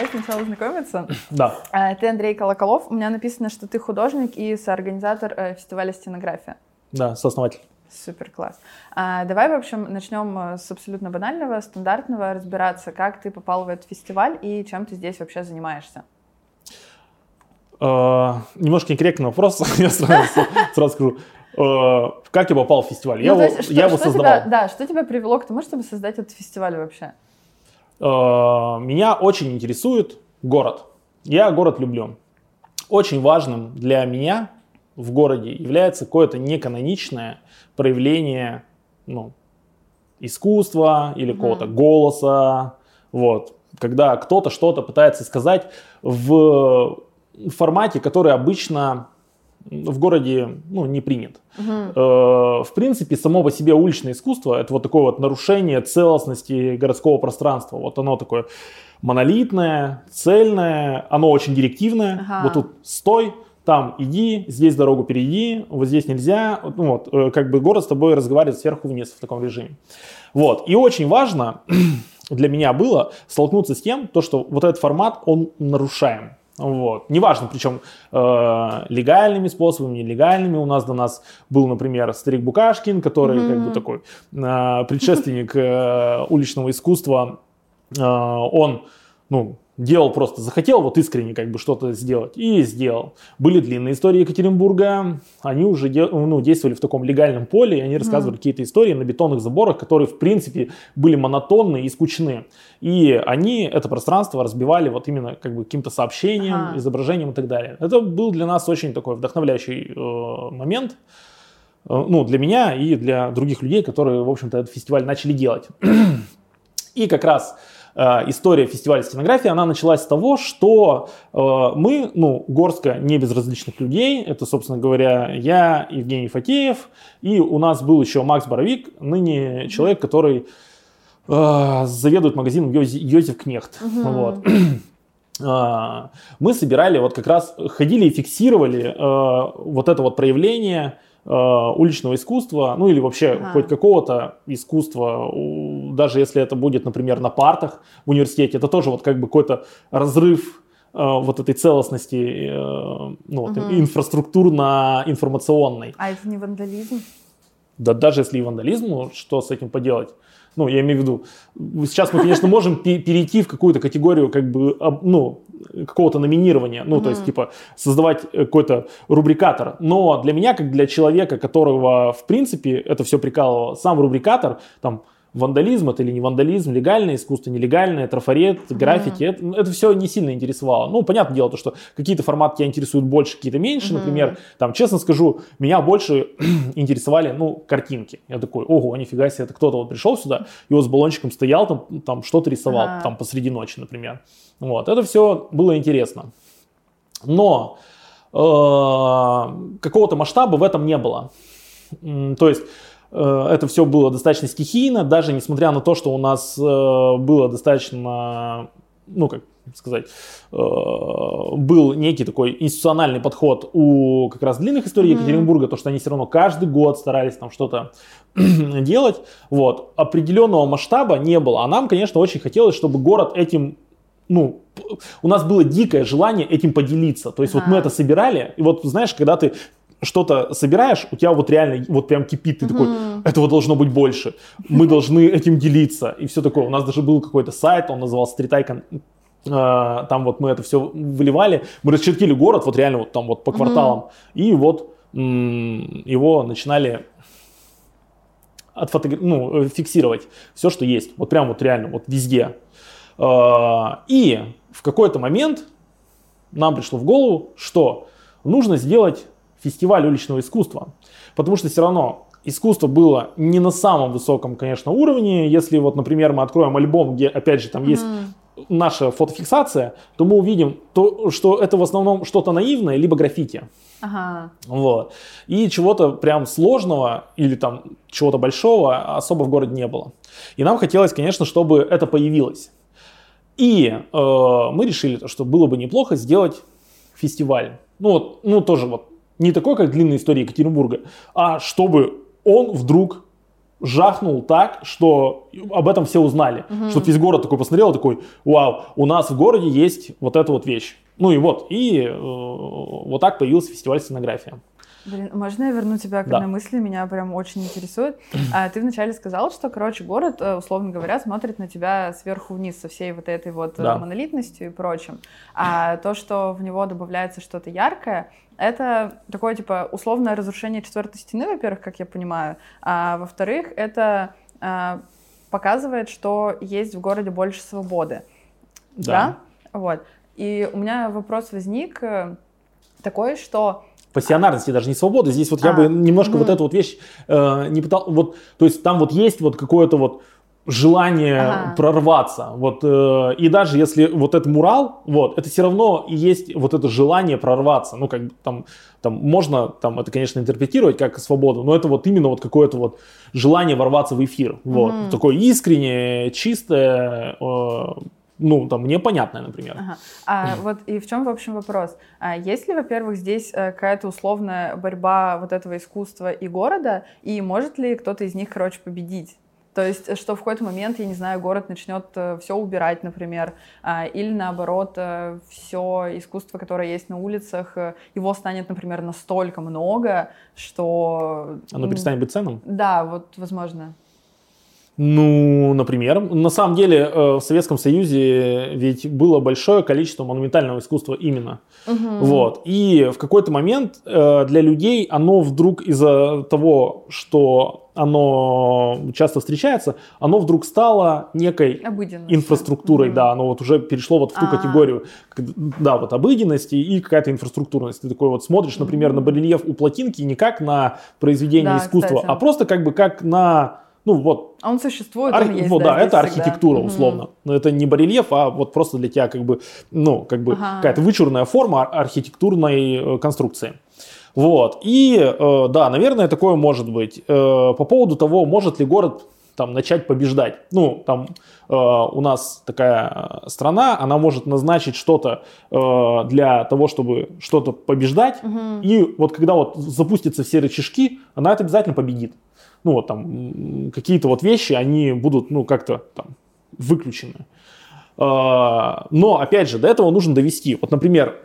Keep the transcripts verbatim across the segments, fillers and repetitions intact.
сначала знакомиться. Да. Ты Андрей Колоколов. У меня написано, что ты художник и соорганизатор фестиваля «Стенография». Да, сооснователь. Супер, класс. А, давай, в общем, начнем с абсолютно банального, стандартного, разбираться, как ты попал в этот фестиваль и чем ты здесь вообще занимаешься. Uh, немножко некорректный вопрос, я сразу, сразу скажу. Uh, как я попал в фестиваль? Ну, я, его, что, я его что создавал. Тебя, да, что тебя привело к тому, чтобы создать этот фестиваль вообще? Uh, меня очень интересует город. Я город люблю. Очень важным для меня в городе является какое-то неканоничное проявление ну, искусства или mm-hmm. какого-то голоса. Вот. Когда кто-то что-то пытается сказать в формате, который обычно в городе ну, не принят. Uh-huh. Э, в принципе, само по себе уличное искусство — это вот такое вот нарушение целостности городского пространства. Вот оно такое монолитное, цельное, оно очень директивное. Uh-huh. Вот тут стой, там иди, здесь дорогу перейди, вот здесь нельзя. Ну, вот, э, как бы город с тобой разговаривает сверху вниз в таком режиме. Вот. И очень важно для меня было столкнуться с тем, то, что вот этот формат, он нарушаем. Вот. Неважно, причем э, легальными способами, нелегальными. У нас до нас был, например, Старик Букашкин, который mm-hmm. как бы такой э, предшественник э, уличного искусства. Э, он ну, делал просто, захотел вот искренне как бы что-то сделать и сделал. Были длинные истории Екатеринбурга, они уже де, ну, действовали в таком легальном поле, и они рассказывали mm. какие-то истории на бетонных заборах, которые в принципе были монотонны и скучны. И они это пространство разбивали вот именно как бы каким-то сообщением, ага. изображением и так далее. Это был для нас очень такой вдохновляющий э, момент, э, ну, для меня и для других людей, которые, в общем-то, этот фестиваль начали делать. И как раз история фестиваля «Стенография», она началась с того, что э, мы, ну, горстка небезразличных людей, это, собственно говоря, я, Евгений Фатеев, и у нас был еще Макс Боровик, ныне человек, который э, заведует магазином Йозеф Кнехт. Uh-huh. Вот. Мы собирали, вот как раз ходили и фиксировали э, вот это вот проявление уличного искусства, ну или вообще ага. хоть какого-то искусства, даже если это будет, например, на партах в университете, это тоже вот как бы какой-то разрыв э, вот этой целостности э, ну, угу. вот, инфраструктурно-информационной. А это не вандализм? Да даже если и вандализм, ну, что с этим поделать? Ну, я имею в виду, сейчас мы, конечно, можем перейти в какую-то категорию как бы, ну, какого-то номинирования, ну, mm-hmm. то есть, типа, создавать какой-то рубрикатор. Но для меня, как для человека, которого, в принципе, это все прикалывало, сам рубрикатор, там, вандализм это или не вандализм, легальное искусство, нелегальное, трафарет, граффити, mm-hmm. это, это все не сильно интересовало. Ну, понятное дело, то, что какие-то форматы тебя интересуют больше, какие-то меньше. Mm-hmm. Например, там, честно скажу, меня больше интересовали, ну, картинки. Я такой, ого, нифига себе, это кто-то вот пришел сюда, и вот с баллончиком стоял, там, там что-то рисовал, mm-hmm. там, посреди ночи, например. Вот, это все было интересно. Но э, какого-то масштаба в этом не было. То есть, это все было достаточно стихийно, даже несмотря на то, что у нас э, было достаточно, ну как сказать, э, был некий такой институциональный подход у как раз длинных историй mm-hmm. Екатеринбурга, то, что они все равно каждый год старались там что-то делать, вот, определенного масштаба не было, а нам, конечно, очень хотелось, чтобы город этим, ну, у нас было дикое желание этим поделиться, то есть uh-huh. вот мы это собирали, и вот знаешь, когда ты что-то собираешь, у тебя вот реально вот прям кипит, ты uh-huh. такой, этого должно быть больше, мы должны этим делиться, и все такое. У нас даже был какой-то сайт, он назывался Стритайкон, там вот мы это все выливали, мы расчертили город вот реально вот там вот по кварталам, uh-huh. и вот м- его начинали отфотограф... ну, фиксировать все, что есть, вот прям вот реально вот везде. И в какой-то момент нам пришло в голову, что нужно сделать фестиваль уличного искусства, потому что все равно искусство было не на самом высоком, конечно, уровне. Если вот, например, мы откроем альбом, где, опять же, там mm-hmm. есть наша фотофиксация, то мы увидим, то, что это в основном что-то наивное, либо граффити. Ага. Вот. И чего-то прям сложного или там чего-то большого особо в городе не было. И нам хотелось, конечно, чтобы это появилось. И э, мы решили, что было бы неплохо сделать фестиваль. Ну, вот, ну, тоже вот не такой, как длинная история Екатеринбурга, а чтобы он вдруг жахнул так, что об этом все узнали. Mm-hmm. Что весь город такой посмотрел, такой, вау, у нас в городе есть вот эта вот вещь. Ну и вот, и э, вот так появился фестиваль «Сценография». Блин, можно я верну тебя к да. одной мысли? Меня прям очень интересует. А, ты вначале сказал, что, короче, город, условно говоря, смотрит на тебя сверху вниз со всей вот этой вот да. монолитностью и прочим. А то, что в него добавляется что-то яркое, это такое, типа, условное разрушение четвертой стены, во-первых, как я понимаю. А во-вторых, это а, показывает, что есть в городе больше свободы. Да. да? Вот. И у меня вопрос возник такой, что... Пассионарности, даже не свободы. Здесь вот а, я бы немножко угу. вот эту вот вещь э, не пытал. Вот, то есть там вот есть вот какое-то вот желание ага. прорваться. Вот, э, и даже если вот этот мурал, вот, это все равно и есть вот это желание прорваться. Ну, как там, там можно, там, это, конечно, интерпретировать как свободу, но это вот именно вот какое-то вот желание ворваться в эфир. Вот. Угу. Такое искреннее, чистое, э, ну, там, непонятное, например. Ага. А вот и в чем, в общем, вопрос? А есть ли, во-первых, здесь какая-то условная борьба вот этого искусства и города, и может ли кто-то из них, короче, победить? То есть, что в какой-то момент, я не знаю, город начнет все убирать, например, или наоборот, все искусство, которое есть на улицах, его станет, например, настолько много, что... Оно перестанет быть ценным? Да, вот, возможно. Ну, например, на самом деле в Советском Союзе ведь было большое количество монументального искусства именно. Угу. Вот. И в какой-то момент для людей оно вдруг из-за того, что оно часто встречается, оно вдруг стало некой инфраструктурой, угу. да, оно вот уже перешло вот в ту А-а-а. категорию, да, вот обыденности и какая-то инфраструктурность. Ты такой вот смотришь, например, угу. на барельеф у плотинки не как на произведение да, искусства, кстати. а просто как бы как на... Ну, вот. А он существует, он Ар... есть, вот, да, да, это всегда. архитектура, условно. Mm-hmm. Но это не барельеф, а вот просто для тебя как бы, ну, как бы ага. какая-то вычурная форма архитектурной э, конструкции. Вот. И, э, да, наверное, такое может быть. Э, по поводу того, может ли город там начать побеждать. Ну, там э, у нас такая страна, она может назначить что-то э, для того, чтобы что-то побеждать. Mm-hmm. И вот когда вот запустятся все рычажки, она это обязательно победит. Ну, вот там какие-то вот вещи, они будут, ну, как-то там выключены. Но, опять же, до этого нужно довести. Вот, например,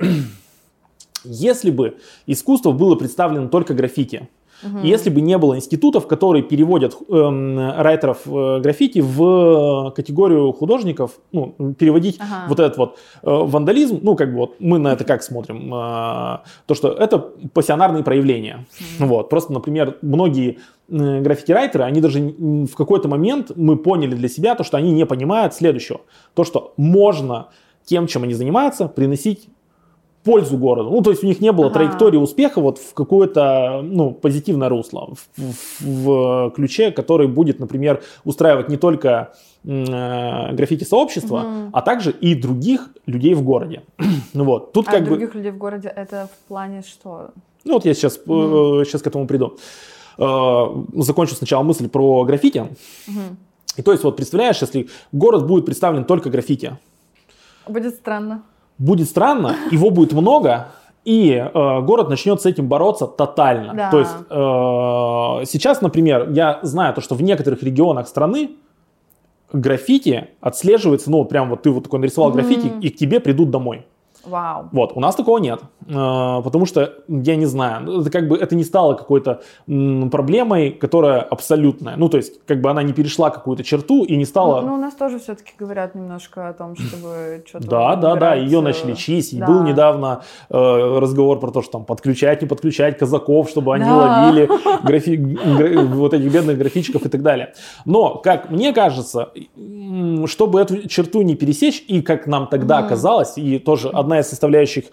если бы искусство было представлено только граффити, угу. если бы не было институтов, которые переводят э, райтеров э, граффити в категорию художников, ну, переводить ага. вот этот вот э, вандализм, ну, как бы вот мы на это как смотрим, э, то, что это пассионарные проявления. Угу. Вот, просто, например, многие э, граффити-райтеры, они даже в какой-то момент мы поняли для себя то, что они не понимают следующего, то, что можно тем, чем они занимаются, приносить пользу городу. Ну, то есть у них не было ага. траектории успеха вот в какое-то, ну, позитивное русло, в, в, в ключе, который будет, например, устраивать не только э, граффити-сообщество, угу. а также и других людей в городе. Ну, вот. Тут а как других бы... людей в городе это в плане что? Ну, вот я сейчас, угу. э, сейчас к этому приду. Э, закончу сначала мысль про граффити. Угу. И то есть, вот представляешь, если город будет представлен только граффити. Будет странно. Будет странно, его будет много, и э, город начнет с этим бороться тотально. Да. То есть э, сейчас, например, я знаю то, что в некоторых регионах страны граффити отслеживается, ну, прям вот ты вот такой нарисовал mm-hmm. граффити, и к тебе придут домой. Вау. Вот, у нас такого нет, потому что, я не знаю, это как бы это не стало какой-то м, проблемой, которая абсолютная. Ну, то есть, как бы она не перешла какую-то черту и не стала... Ну, ну у нас тоже все-таки говорят немножко о том, чтобы что-то... Да, да, да, ее начали чистить. Да. Был недавно э, разговор про то, что там подключать, не подключать казаков, чтобы они да. ловили графи... гра... вот этих бедных графичиков и так далее. Но, как мне кажется, чтобы эту черту не пересечь, и как нам тогда mm. казалось, и тоже одна из составляющих,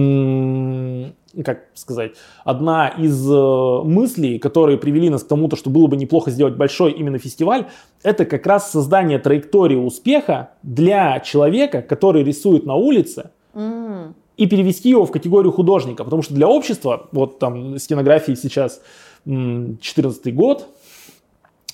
как сказать, одна из мыслей, которые привели нас к тому, что было бы неплохо сделать большой именно фестиваль, это как раз создание траектории успеха для человека, который рисует на улице, mm. и перевести его в категорию художника. Потому что для общества, вот там стенографии сейчас четырнадцатый год,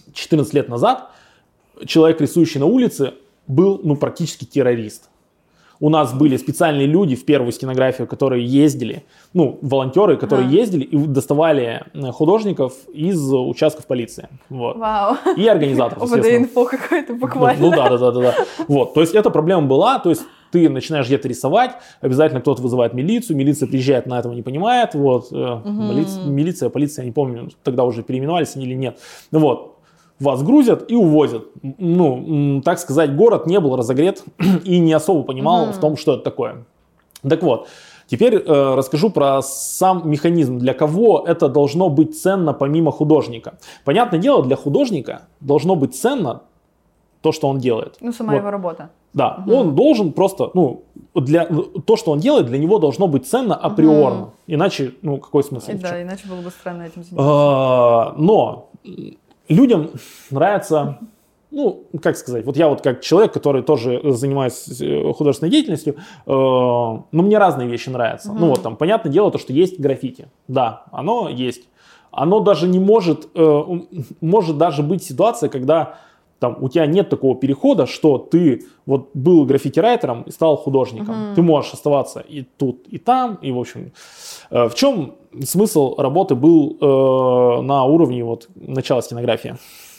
четырнадцать лет назад, человек, рисующий на улице, был ну, практически террорист. У нас были специальные люди в первую стенографию, которые ездили, ну, волонтеры, которые а. ездили и доставали художников из участков полиции. Вот. Вау. И организаторов, естественно. ОВД-инфо какое-то буквально. Ну, ну да, да, да, да, да. Вот, то есть эта проблема была, то есть ты начинаешь где-то рисовать, обязательно кто-то вызывает милицию, милиция приезжает, на этого не понимает, вот, угу. милиция, милиция, полиция, я не помню, тогда уже переименовались они или нет, вот. Вас грузят и увозят. Ну, так сказать, город не был разогрет и не особо понимал mm-hmm. в том, что это такое. Так вот, теперь э, расскажу про сам механизм, для кого это должно быть ценно помимо художника. Понятное дело, для художника должно быть ценно то, что он делает. Ну, сама вот. его работа. Да, угу. он должен просто, ну, для, то, что он делает, для него должно быть ценно априорно. Угу. Иначе, ну, какой смысл? И, да, иначе было бы странно этим заниматься. Но людям нравится, ну, как сказать, вот я вот как человек, который тоже занимается художественной деятельностью, но мне разные вещи нравятся. Угу. Ну, вот там, понятное дело, то, что есть граффити. Да, оно есть. Оно даже не может, может даже быть ситуация, когда там, у тебя нет такого перехода, что ты вот был граффити-райтером и стал художником. Uh-huh. Ты можешь оставаться и тут, и там. И, в общем, э, в чем смысл работы был э, на уровне вот, начала стенографии?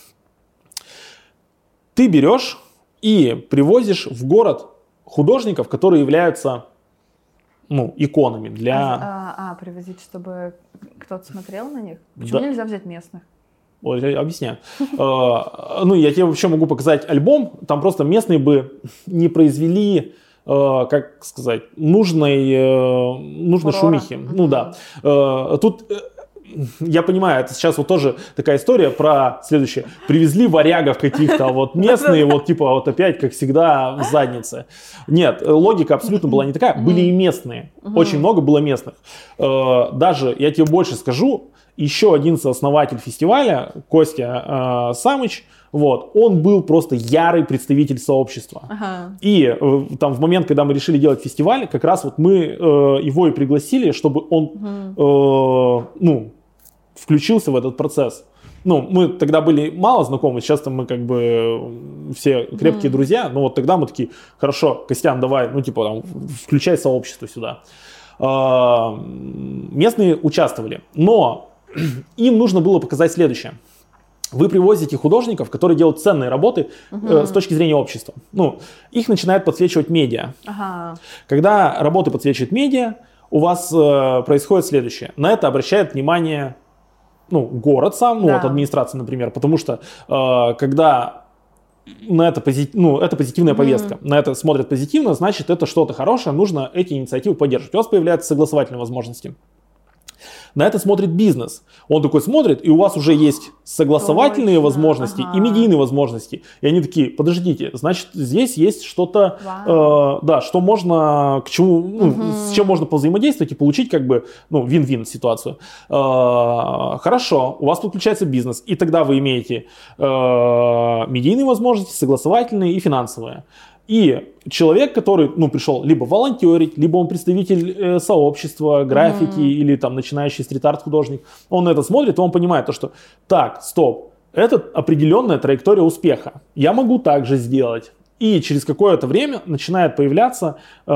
Ты берешь и привозишь в город художников, которые являются ну, иконами для... А, а, а, привозить, чтобы кто-то смотрел на них? Почему да. нельзя взять местных? Ой, я объясняю. Ну, я тебе вообще могу показать альбом. Там просто местные бы не произвели, как сказать, нужной, нужной шумихи. Ну да. Тут я понимаю, это сейчас вот тоже такая история про следующее. Привезли варягов каких-то, вот местные, вот типа вот опять, как всегда, в заднице. Нет, логика абсолютно была не такая. Были и местные. Очень много было местных. Даже, я тебе больше скажу, еще один сооснователь фестиваля, Костя э, Самыч, вот, он был просто ярый представитель сообщества. Ага. И э, там в момент, когда мы решили делать фестиваль, как раз вот мы э, его и пригласили, чтобы он угу. э, ну, включился в этот процесс. Ну, мы тогда были мало знакомы, сейчас-то мы как бы все крепкие mm. друзья, но вот тогда мы такие, хорошо, Костян, давай, ну типа там, включай сообщество сюда. Э, местные участвовали, но им нужно было показать следующее. Вы привозите художников, которые делают ценные работы угу. э, с точки зрения общества. Ну, их начинает подсвечивать медиа. Ага. Когда работы подсвечивают медиа, у вас э, происходит следующее. На это обращает внимание ну, город сам, ну, да. вот администрация, например, потому что э, когда на это, пози... ну, это позитивная mm-hmm. повестка, на это смотрят позитивно, значит, это что-то хорошее, нужно эти инициативы поддерживать. У вас появляются согласовательные возможности. На это смотрит бизнес. Он такой смотрит, и у вас уже есть согласовательные Точно. возможности ага. и медийные возможности. И они такие, подождите, значит, здесь есть что-то, э, да, что можно, к чему, ну, угу. с чем можно повзаимодействовать и получить как бы, ну, вин-вин ситуацию. Э, хорошо, у вас подключается бизнес, и тогда вы имеете э, медийные возможности, согласовательные и финансовые. И человек, который, ну, пришел либо волонтерить, либо он представитель э, сообщества, граффити mm-hmm. или там начинающий стрит-арт художник, он на это смотрит, и он понимает то, что так, стоп, это определенная траектория успеха. Я могу так же сделать. И через какое-то время начинает появляться э,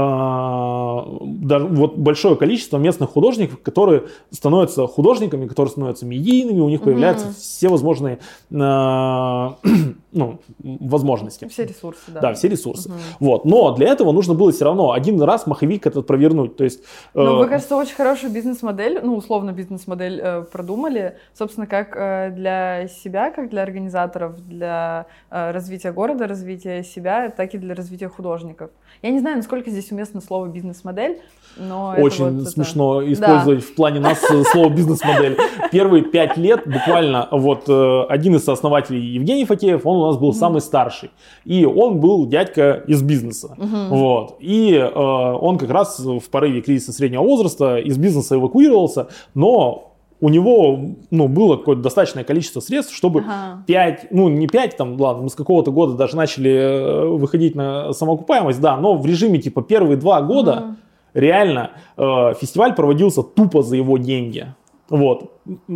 даже вот большое количество местных художников, которые становятся художниками, которые становятся медийными, у них появляются mm-hmm. все возможные э, ну, возможности. Все ресурсы, да. Да, все ресурсы. Mm-hmm. Вот. Но для этого нужно было все равно один раз маховик этот провернуть. То есть, э, ну, вы, кажется, очень хорошую бизнес-модель, ну, условно бизнес-модель э, продумали, собственно, как э, для себя, как для организаторов, для э, развития города, развития себя, так и для развития художников. Я не знаю, насколько здесь уместно слово «бизнес-модель», но очень вот смешно это... использовать да. в плане нас слово «бизнес-модель». Первые пять лет буквально вот один из сооснователей, Евгений Фатеев, он у нас был угу. самый старший. И он был дядька из бизнеса. Угу. Вот. И э, он как раз в порыве кризиса среднего возраста из бизнеса эвакуировался, но у него ну, было какое-то достаточное количество средств, чтобы ага. пять, ну не пять, там, ладно, мы с какого-то года даже начали выходить на самоокупаемость, да, но в режиме типа первые два года ага. реально э, фестиваль проводился тупо за его деньги. Вот.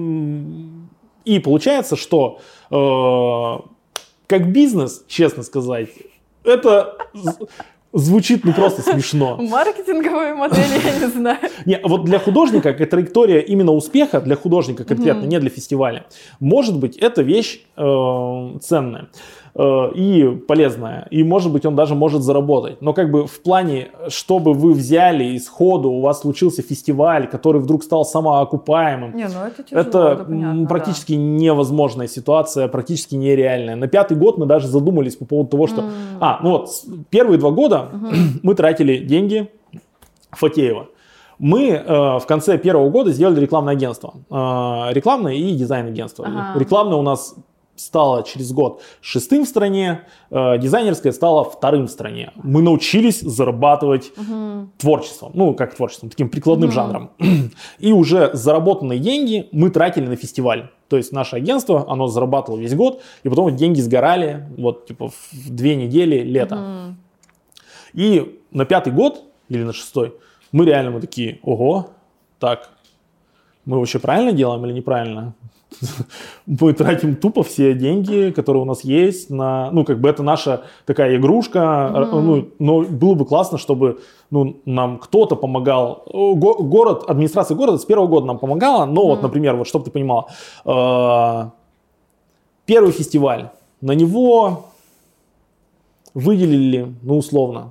И получается, что э, как бизнес, честно сказать, это... звучит ну просто смешно. Маркетинговые модели, я не знаю. Не, вот для художника, как траектория именно успеха, для художника конкретно, не для фестиваля, может быть, это вещь ценная и полезная, и может быть он даже может заработать. Но как бы в плане, чтобы вы взяли и сходу у вас случился фестиваль, который вдруг стал самоокупаемым, не, ну это, тяжело, это да, понятно, практически да. невозможная ситуация, практически нереальная. На пятый год мы даже задумались по поводу того, что... Mm. А, ну вот, первые два года uh-huh. мы тратили деньги Фатеева. Мы э, в конце первого года сделали рекламное агентство. Э, рекламное и дизайн-агентство. Uh-huh. Рекламное у нас стало через год шестым в стране, э, дизайнерское стало вторым в стране. Мы научились зарабатывать uh-huh. творчеством, ну как творчеством, таким прикладным uh-huh. жанром. И уже заработанные деньги мы тратили на фестиваль. То есть наше агентство, оно зарабатывало весь год, и потом деньги сгорали вот типа в две недели лета. Uh-huh. И на пятый год или на шестой мы реально мы такие, ого, так, мы вообще правильно делаем или неправильно? Мы тратим тупо все деньги, которые у нас есть, на, ну, как бы это наша такая игрушка, mm-hmm. ну, но было бы классно, чтобы ну, нам кто-то помогал. Го- город, администрация города с первого года нам помогала, но mm-hmm. вот, например, вот, чтобы ты понимала, э- первый фестиваль, на него выделили, ну, условно,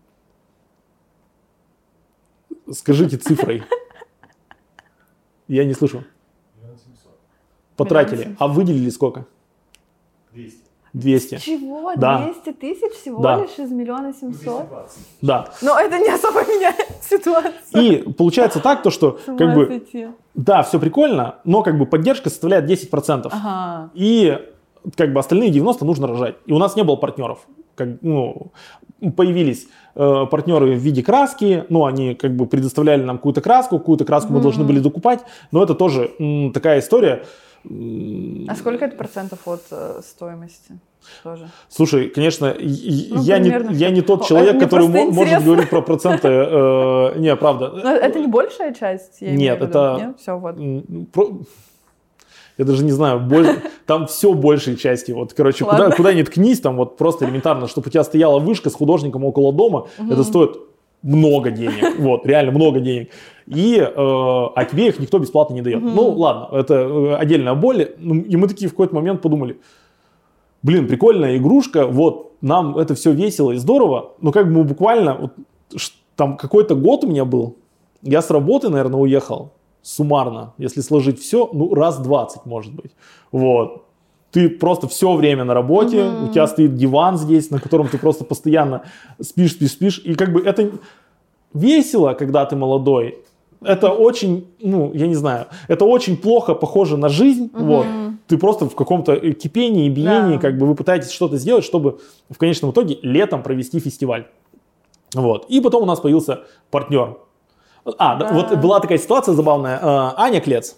скажите цифрой. Я не слышу. Потратили. А выделили сколько? двести. двести. Чего? Да. двести тысяч всего да. лишь из миллиона семьсот? Да. Но это не особо меняет ситуацию. И получается так, то, что как бы, да, все прикольно, но как бы поддержка составляет десять процентов. Ага. И как бы остальные девяносто нужно рожать. И у нас не было партнеров. Как, ну, появились э, партнеры в виде краски, ну, они как бы предоставляли нам какую-то краску, какую-то краску mm-hmm. мы должны были докупать, но это тоже м, такая история. А сколько это процентов от э, стоимости? Тоже. Слушай, конечно, ну, я, не, я не тот О, человек, который м- интересно. может говорить про проценты. Э, не, правда. Но это не большая часть? Я Нет, это... Нет? Все, вот. Про... Я даже не знаю, больше, там все большей части. Вот, короче, куда, куда ни ткнись, там вот просто элементарно, чтобы у тебя стояла вышка с художником около дома, угу. это стоит много денег. Вот, реально много денег. И, э, а тебе их никто бесплатно не дает. Угу. Ну, ладно, это отдельная боль. И мы такие в какой-то момент подумали, блин, прикольная игрушка, вот, нам это все весело и здорово, но как бы мы буквально, вот, там какой-то год у меня был, я с работы, наверное, уехал. Суммарно, если сложить все, ну, раз двадцать, может быть. Вот. Ты просто все время на работе, mm-hmm. у тебя стоит диван здесь, на котором ты просто постоянно спишь, спишь, спишь. И как бы это весело, когда ты молодой. Это очень, ну, я не знаю, это очень плохо похоже на жизнь. Mm-hmm. Вот. Ты просто в каком-то кипении, биении, yeah. как бы вы пытаетесь что-то сделать, чтобы в конечном итоге летом провести фестиваль. Вот. И потом у нас появился партнер. А, да, вот была такая ситуация забавная. Аня Клец,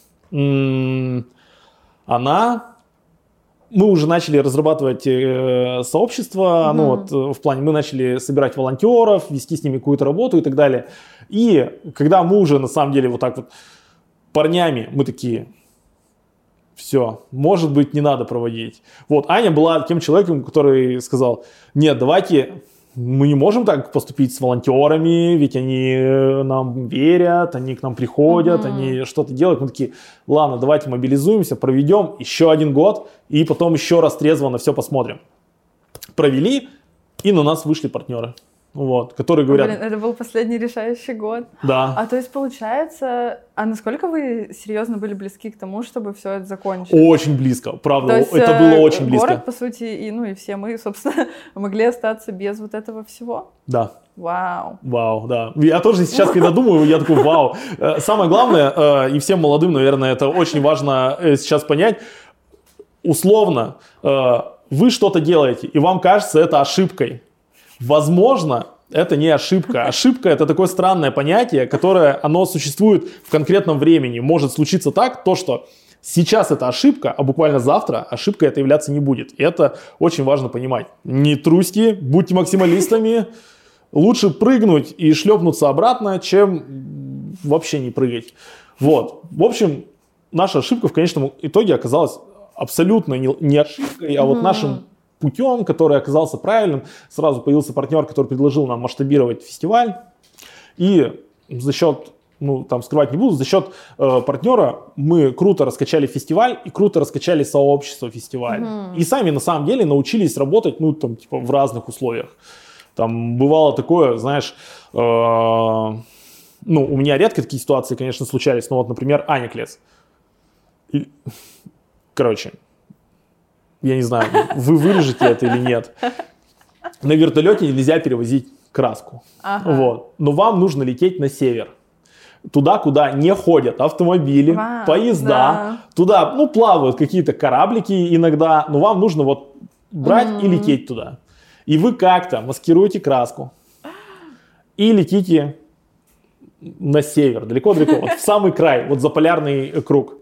она, мы уже начали разрабатывать сообщество, mm-hmm. ну вот в плане, мы начали собирать волонтеров, вести с ними какую-то работу и так далее. И когда мы уже на самом деле вот так вот парнями, мы такие, все, может быть, не надо проводить. Вот Аня была тем человеком, который сказал, нет, давайте... Мы не можем так поступить с волонтерами, ведь они нам верят, они к нам приходят, mm-hmm. они что-то делают. Мы такие, ладно, давайте мобилизуемся, проведем еще один год, и потом еще раз трезво на все посмотрим. Провели, и на нас вышли партнеры, вот, которые говорят... Блин, это был последний решающий год. Да. А то есть получается, а насколько вы серьезно были близки к тому, чтобы все это закончить? Очень близко, правда, есть, это было очень близко. Город, по сути, и, ну и все мы, собственно, могли остаться без вот этого всего? Да. Вау. Вау, да. Я тоже сейчас, когда думаю, я такой, вау. Самое главное, и всем молодым, наверное, это очень важно сейчас понять, условно, вы что-то делаете, и вам кажется это ошибкой. Возможно, это не ошибка. Ошибка – это такое странное понятие, которое, оно существует в конкретном времени. Может случиться так, то, что сейчас это ошибка, а буквально завтра ошибкой это являться не будет. И это очень важно понимать. Не трусьте, будьте максималистами. Лучше прыгнуть и шлепнуться обратно, чем вообще не прыгать. Вот. В общем, наша ошибка в конечном итоге оказалась абсолютно не ошибкой, а вот нашим путем, который оказался правильным. Сразу появился партнер, который предложил нам масштабировать фестиваль. И за счет, ну там скрывать не буду, за счет э, партнера мы круто раскачали фестиваль и круто раскачали сообщество фестиваля. Mm-hmm. И сами на самом деле научились работать, ну там типа в разных условиях. Там бывало такое, знаешь, э, ну у меня редко такие ситуации, конечно, случались, но вот, например, Аня Клец. И, короче, я не знаю, вы вырежете это или нет. На вертолете нельзя перевозить краску. Ага. Вот. Но вам нужно лететь на север. Туда, куда не ходят автомобили, Вау, поезда. Да. Туда, ну, плавают какие-то кораблики иногда. Но вам нужно вот брать mm-hmm. и лететь туда. И вы как-то маскируете краску. И летите на север. Далеко-далеко. Вот в самый край. Вот за полярный круг.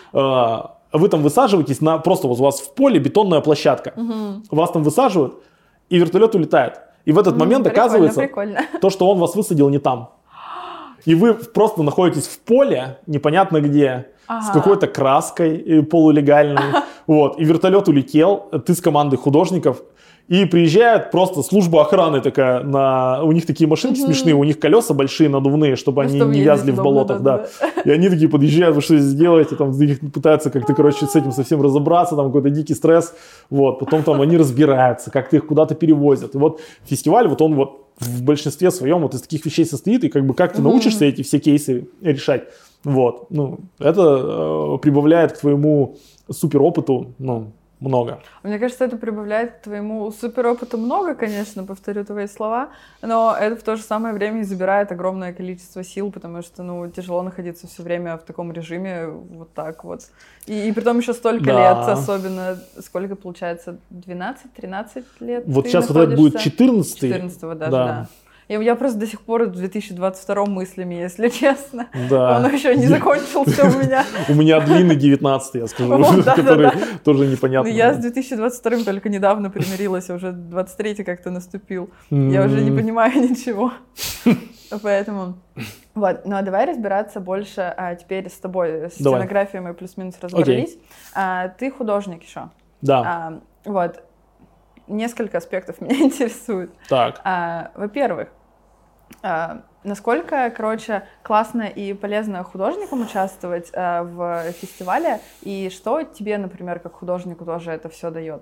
Вы там высаживаетесь на... Просто вот у вас в поле бетонная площадка. Mm-hmm. Вас там высаживают. И вертолет улетает. И в этот mm, момент прикольно, оказывается, прикольно. То, что он вас высадил не там. И вы просто находитесь в поле, непонятно где, ага. с какой-то краской полулегальной. Вот. И вертолет улетел, ты с командой художников. И приезжает просто служба охраны такая, на... у них такие машинки mm-hmm. смешные, у них колеса большие, надувные, чтобы ну, они чтобы не вязли в болотах. Да, да. Да. И они такие подъезжают, вы что здесь делаете, там, их пытаются как-то, короче, с этим совсем разобраться, там какой-то дикий стресс. Вот. Потом там они разбираются, как-то их куда-то перевозят. И вот фестиваль, вот он вот в большинстве своем вот из таких вещей состоит, и как бы как ты mm-hmm. научишься эти все кейсы решать. Вот. Ну, это э, прибавляет к твоему суперопыту, ну, много. Мне кажется, это прибавляет к твоему суперопыту много, конечно, повторю твои слова, но это в то же самое время и забирает огромное количество сил, потому что, ну, тяжело находиться все время в таком режиме, вот так вот. И, и притом еще столько да. лет, особенно, сколько получается, двенадцать-тринадцать лет? Вот сейчас находишься? Вот это будет четырнадцатый. четырнадцатого даже, да. да. Я, я просто до сих пор в две тысячи двадцать втором мыслями, если честно. Да. Он еще не закончился у меня. У меня длинный девятнадцатый, я скажу, который тоже непонятно. Я с две тысячи двадцать вторым только недавно примирилась, уже двадцать третий как-то наступил. Я уже не понимаю ничего. Поэтому... Вот, ну а давай разбираться больше а, теперь с тобой. С сценографией мы плюс-минус разобрались. А, ты художник еще. Да. А, вот. Несколько аспектов меня интересует. Так. А, во-первых, а, насколько, короче, классно и полезно художникам участвовать а, в фестивале, и что тебе, например, как художнику тоже это все дает?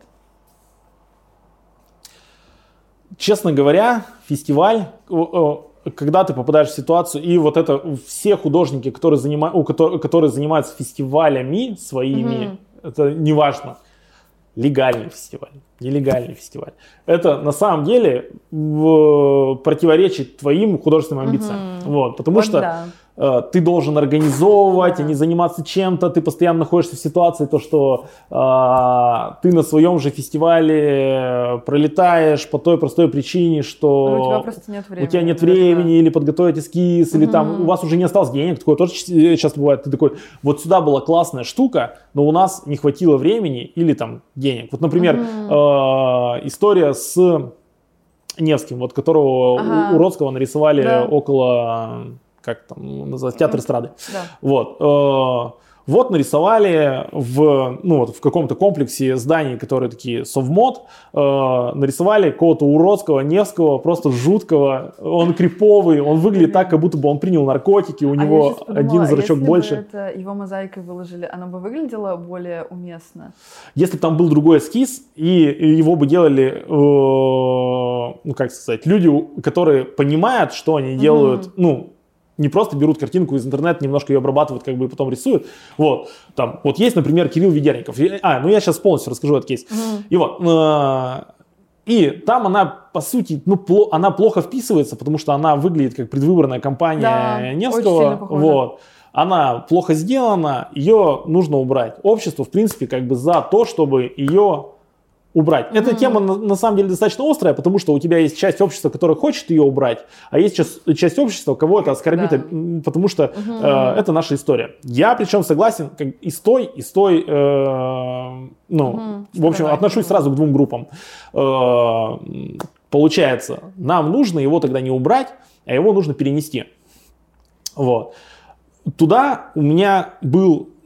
Честно говоря, фестиваль, когда ты попадаешь в ситуацию, и вот это все художники, которые, занима, которые занимаются фестивалями своими, mm-hmm. это неважно, легальный фестиваль, нелегальный фестиваль. Это на самом деле в противоречит твоим художественным амбициям. Угу. Вот, потому вот что да. э, ты должен организовывать, да. а не заниматься чем-то. Ты постоянно находишься в ситуации, то, что э, ты на своем же фестивале пролетаешь по той простой причине, что но у тебя просто нет времени. У тебя нет времени, да. или подготовить эскиз, угу. или там у вас уже не осталось денег. Такое тоже часто бывает. Ты такой, вот сюда была классная штука, но у нас не хватило времени или там денег. Вот, например, угу. э, история с Невским, вот которого ага. у Родского нарисовали да. около, как там называется, театр эстрады. Да. Вот. Э, вот нарисовали в, ну, вот, в каком-то комплексе зданий, которые такие совмод, э, нарисовали какого-то уродского, Невского, просто жуткого. Он криповый, он выглядит так, как будто бы он принял наркотики, у а него подумала, один зрачок если больше. Если бы это его мозаикой выложили, оно бы выглядело более уместно? Если бы там был другой эскиз, и его бы делали, э, ну как сказать, люди, которые понимают, что они делают, mm-hmm. ну, не просто берут картинку из интернета, немножко ее обрабатывают, как бы и потом рисуют. Вот, там, вот есть, например, Кирилл Ведерников. А, ну я сейчас полностью расскажу этот кейс. Mm-hmm. И вот, э, и там она, по сути, ну, пло, она плохо вписывается, потому что она выглядит как предвыборная кампания да, Невского. Вот. Она плохо сделана, ее нужно убрать. Общество, в принципе, как бы за то, чтобы ее убрать. Mm-hmm. Эта тема на, на самом деле достаточно острая, потому что у тебя есть часть общества, которая хочет ее убрать, а есть часть, часть общества, кого это оскорбит, да. потому что mm-hmm. э, это наша история. Я причем согласен как и с той, и с той, э, ну, mm-hmm. в общем, Давай. отношусь сразу к двум группам. Э, получается, нам нужно его тогда не убрать, а его нужно перенести. Вот. Туда у меня был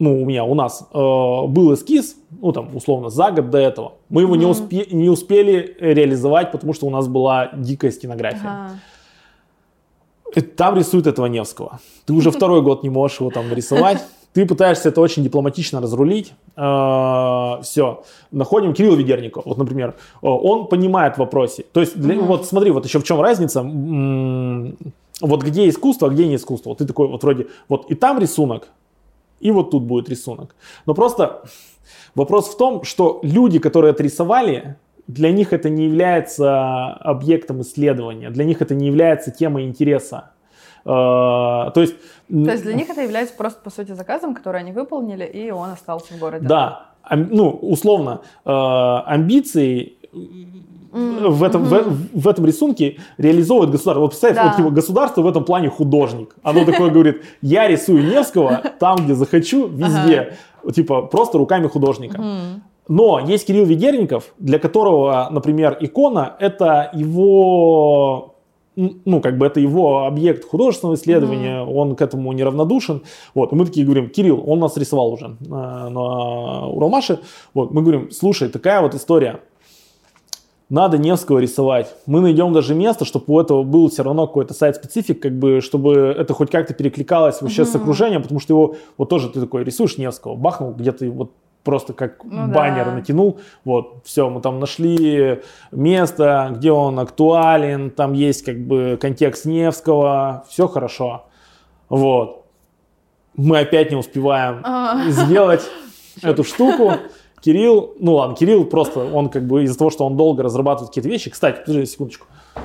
ну, у меня, у нас э, был эскиз, ну, там, условно, за год до этого. Мы его mm-hmm. не, успе, не успели реализовать, потому что у нас была дикая стенография. Ага. И там рисуют этого Невского. Ты уже второй год не можешь его там нарисовать. Ты пытаешься это очень дипломатично разрулить. Э, все. Находим Кирилла Ведерникова. Вот, например, он понимает в вопросе. То есть, для, mm-hmm. вот смотри, вот еще в чем разница. М-м, вот где искусство, а где не искусство. Вот ты такой вот вроде, вот и там рисунок, и вот тут будет рисунок. Но просто вопрос в том, что люди, которые это рисовали, для них это не является объектом исследования, для них это не является темой интереса. Uh, то есть, то есть для них это является просто, по сути, заказом, который они выполнили, и он остался в городе. Да, ну, условно, uh, амбиции mm-hmm. в, этом, mm-hmm. в, в этом рисунке реализовывает государство. Вот представь, да. вот, типа, государство в этом плане художник. Оно такое говорит, я рисую Невского там, где захочу, везде. Ага. Типа, просто руками художника. Mm-hmm. Но есть Кирилл Ведерников, для которого, например, икона – это его... Ну, как бы это его объект художественного исследования, mm-hmm. он к этому неравнодушен. Вот, и мы такие говорим, Кирилл, он нас рисовал уже на, на Уралмаше. Вот, мы говорим, слушай, такая вот история. Надо Невского рисовать. Мы найдем даже место, чтобы у этого был все равно какой-то сайт-специфик, как бы, чтобы это хоть как-то перекликалось вообще mm-hmm. с окружением, потому что его, вот тоже ты такой рисуешь Невского, бахнул где-то вот просто как ну, баннер да. натянул, вот, все, мы там нашли место, где он актуален, там есть как бы контекст Невского, все хорошо, вот. Мы опять не успеваем сделать эту штуку. Кирилл, ну ладно, Кирилл просто, он как бы из-за того, что он долго разрабатывает какие-то вещи, кстати, подожди секундочку,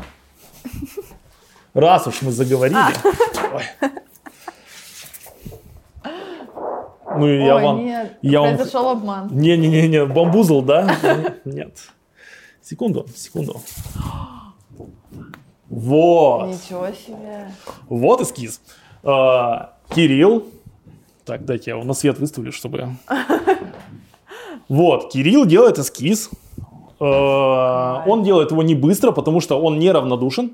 раз уж мы заговорили, Ой. Ну, Ой, я вам, нет, я произошел вам... обман. Не-не-не, бамбузл, да? Нет. Секунду, секунду. Вот. Ничего себе. Вот эскиз. Кирилл. Так, дайте я его на свет выставлю, чтобы... Вот, Кирилл делает эскиз. Он делает его не быстро, потому что он неравнодушен.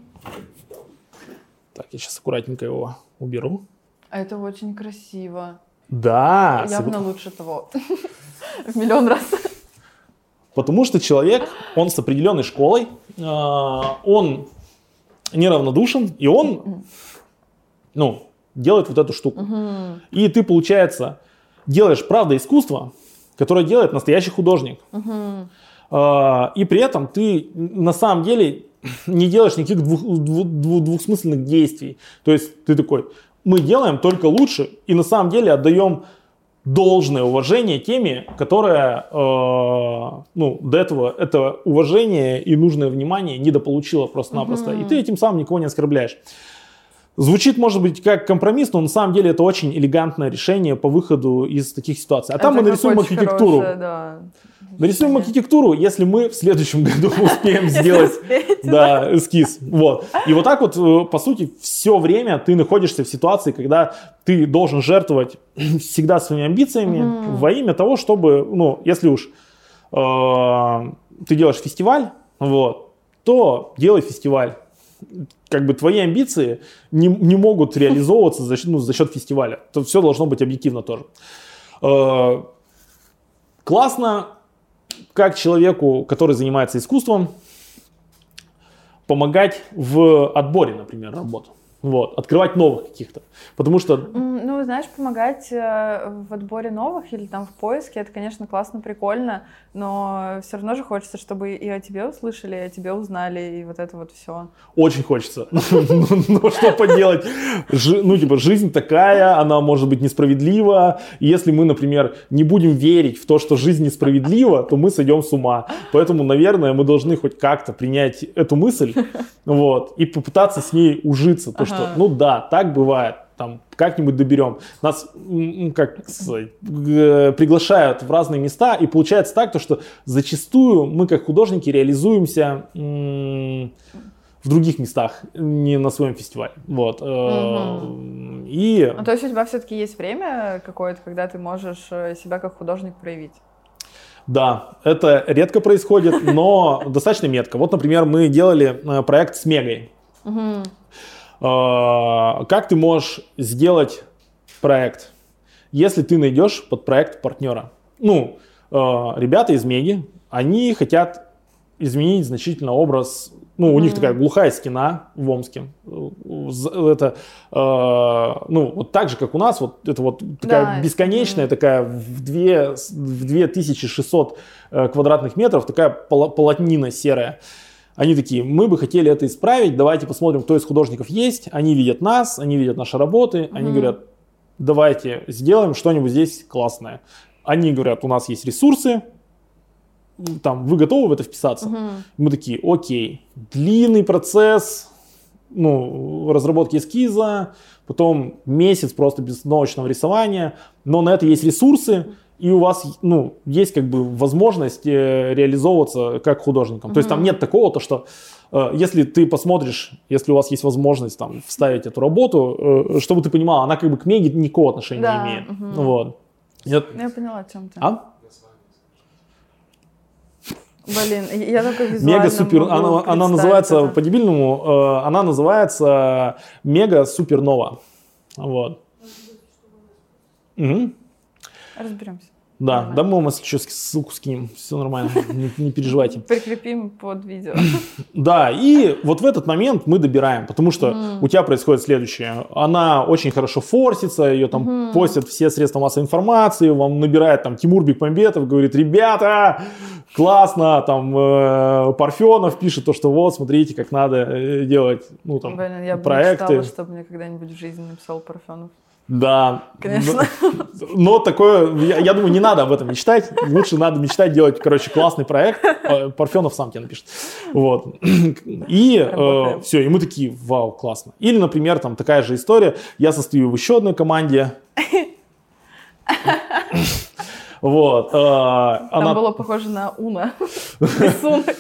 Так, я сейчас аккуратненько его уберу. Это очень красиво. Да. Явно сог... лучше того. В миллион раз. Потому что человек, он с определенной школой, э, он неравнодушен, и он, ну, делает вот эту штуку. Uh-huh. И ты, получается, делаешь, правда, искусство, которое делает настоящий художник. Uh-huh. Э, и при этом ты на самом деле не делаешь никаких двух, двух, двух, двухсмысленных действий. То есть ты такой... Мы делаем только лучше и на самом деле отдаем должное уважение теме, которая э, ну, до этого это уважение и нужное внимание недополучила просто-напросто. Mm-hmm. И ты этим самым никого не оскорбляешь. Звучит, может быть, как компромисс, но на самом деле это очень элегантное решение по выходу из таких ситуаций. А это там мы нарисуем архитектуру. Хорошее, да. Нарисуем архитектуру, если мы в следующем году успеем сделать да, эскиз. Вот. И вот так вот, по сути, все время ты находишься в ситуации, когда ты должен жертвовать всегда своими амбициями mm-hmm. во имя того, чтобы, ну, если уж э, ты делаешь фестиваль, вот, то делай фестиваль. Как бы твои амбиции не, не могут реализовываться за, ну, за счет фестиваля. То все должно быть объективно тоже. Э, классно, как человеку, который занимается искусством, помогать в отборе, например, работ. Вот, открывать новых каких-то. Потому что... Ну, знаешь, помогать в отборе новых или там в поиске, это, конечно, классно, прикольно, но все равно же хочется, чтобы и о тебе услышали, и о тебе узнали, и вот это вот все. Очень хочется. Но что поделать? Ну, типа, жизнь такая, она может быть несправедлива. Если мы, например, не будем верить в то, что жизнь несправедлива, то мы сойдем с ума. Поэтому, наверное, мы должны хоть как-то принять эту мысль, вот, и попытаться с ней ужиться. То, что, ну да, так бывает. Там как-нибудь доберем. Нас, как сказать, приглашают в разные места, и получается так, то, что зачастую мы, как художники, реализуемся м- в других местах, не на своем фестивале. Вот. Угу. И... Ну, то есть у тебя все-таки есть время какое-то, когда ты можешь себя как художник проявить? Да, это редко происходит, но достаточно метко. Вот, например, мы делали проект с Мегой. Угу. Как ты можешь сделать проект? если ты найдешь под проект партнера. Ну, э, ребята из Меги, они хотят изменить значительно образ. Ну, у mm-hmm. них такая глухая стена в Омске. Это, э, ну, вот так же, как у нас, вот это вот такая да, бесконечная, mm-hmm. такая в, две, в две тысячи шестьсот э, квадратных метров, такая полотнина серая. Они такие, мы бы хотели это исправить, давайте посмотрим, кто из художников есть. Они видят нас, они видят наши работы, mm-hmm. они говорят, давайте сделаем что-нибудь здесь классное. Они говорят, у нас есть ресурсы, там, вы готовы в это вписаться? Uh-huh. Мы такие, окей, длинный процесс, ну, разработки эскиза, потом месяц просто безостановочного рисования, но на это есть ресурсы, и у вас, ну, есть как бы возможность э, реализовываться как художником. Uh-huh. То есть там нет такого, то, что э, если ты посмотришь, если у вас есть возможность там вставить эту работу, э, чтобы ты понимал, она как бы к Меге никакого отношения да. не имеет. Uh-huh. Вот. Я... Я поняла, о чем ты. А? Блин, я только визуально Мега супер, она, она называется это. По-дебильному, э, она называется Мега Супернова. Вот. Угу. Разберемся. Да, нормально. Да, мы вам сейчас ссылку скинем, все нормально, не, не переживайте. Прикрепим под видео. Да, и вот в этот момент мы добираем, потому что mm. у тебя происходит следующее. Она очень хорошо форсится, ее там mm. постят все средства массовой информации, вам набирает там Тимур Бекмамбетов, говорит, ребята, классно, там э, Парфенов пишет то, что вот, смотрите, как надо делать, ну там, Блин, я проекты. Я бы мечтала, чтобы мне когда-нибудь в жизни написал Парфенов. Да, конечно. Но, но такое, я, я думаю, не надо об этом мечтать. Лучше надо мечтать делать, короче, классный проект. Парфенов сам тебе напишет. Вот. И э, все, и мы такие, вау, классно. Или, например, там такая же история. Я состою в еще одной команде. Вот. Э, Там она... было похоже на Уна. Рисунок.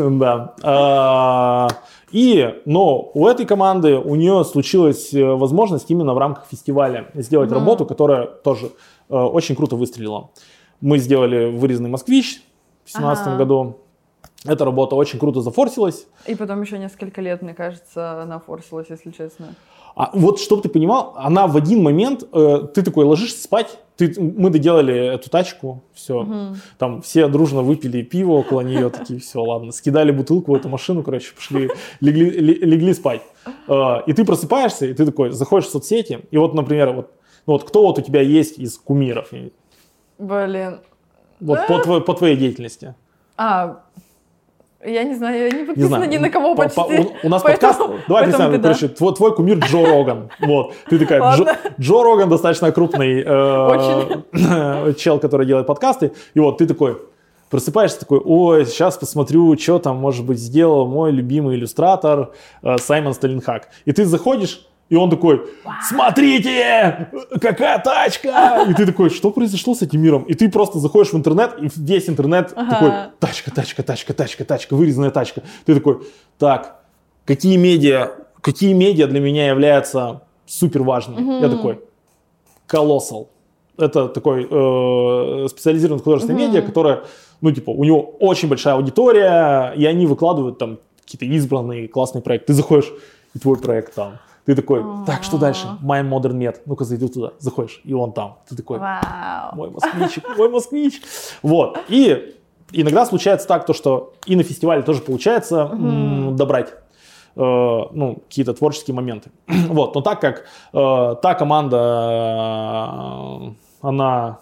Да. И, но у этой команды, у нее случилась возможность именно в рамках фестиваля сделать mm-hmm. работу, которая тоже э, очень круто выстрелила. Мы сделали вырезанный «Москвич» в две тысячи семнадцатом ага. году. Эта работа очень круто зафорсилась. И потом еще несколько лет, мне кажется, она форсилась, если честно. А вот, чтобы ты понимал, она в один момент, э, ты такой ложишься спать, ты, мы доделали эту тачку, все, угу. там все дружно выпили пиво около нее, такие, все, ладно, скидали бутылку в эту машину, короче, пошли, легли, легли спать. Э, и ты просыпаешься, и ты такой, заходишь в соцсети, и вот, например, вот, ну, вот кто вот у тебя есть из кумиров? Блин. Вот по, твой, по твоей деятельности. А... Я не знаю, я не подписана не ни на кого по, почти. По, у, у нас подкаст, давай представим, короче, твой, твой кумир Джо Роган. Вот, ты такая, Джо, Джо Роган достаточно крупный э, чел, который делает подкасты. И вот ты такой, просыпаешься такой, ой, сейчас посмотрю, что там, может быть, сделал мой любимый иллюстратор э, Саймон Сталинхак. И ты заходишь, и он такой, смотрите, какая тачка! И ты такой, что произошло с этим миром? И ты просто заходишь в интернет, и весь интернет ага. такой, тачка, тачка, тачка, тачка, тачка, вырезанная тачка. Ты такой, так, какие медиа, какие медиа для меня являются супер важными? Угу. Я такой, Colossal. Это такой э, специализированный художественный угу. медиа, которое, ну, типа, у него очень большая аудитория, и они выкладывают там какие-то избранные классные проекты. Ты заходишь, и твой проект там. Ты такой, так, что дальше? My Modern Med. Ну-ка, зайду туда. Заходишь, и он там. Ты такой, wow. мой москвичик, мой москвич. Вот. И иногда случается так, то, что и на фестивале тоже получается mm-hmm. м, добрать э, ну, какие-то творческие моменты. Вот. Но так как э, та команда, э, она...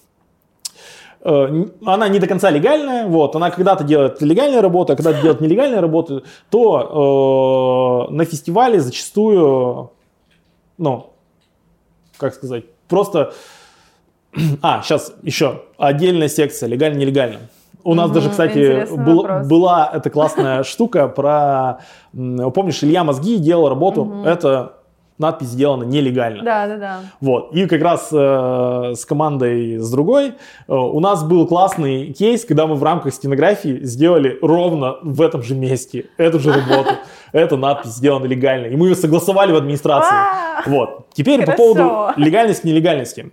она не до конца легальная, вот, она когда-то делает легальные работы, а когда-то делает нелегальные работы, то э, на фестивале зачастую, ну, как сказать, просто, а, сейчас еще отдельная секция, легально-нелегально. У нас mm-hmm, даже, кстати, был, была эта классная штука про, помнишь, Илья Мозги делал работу, mm-hmm. это... надпись сделана нелегально. Да, да, да. Вот. И как раз э, с командой с другой э, у нас был классный кейс, когда мы в рамках стенографии сделали ровно в этом же месте эту же работу. Эта надпись сделана легально. И мы ее согласовали в администрации. Вот. Теперь по поводу легальности, нелегальности.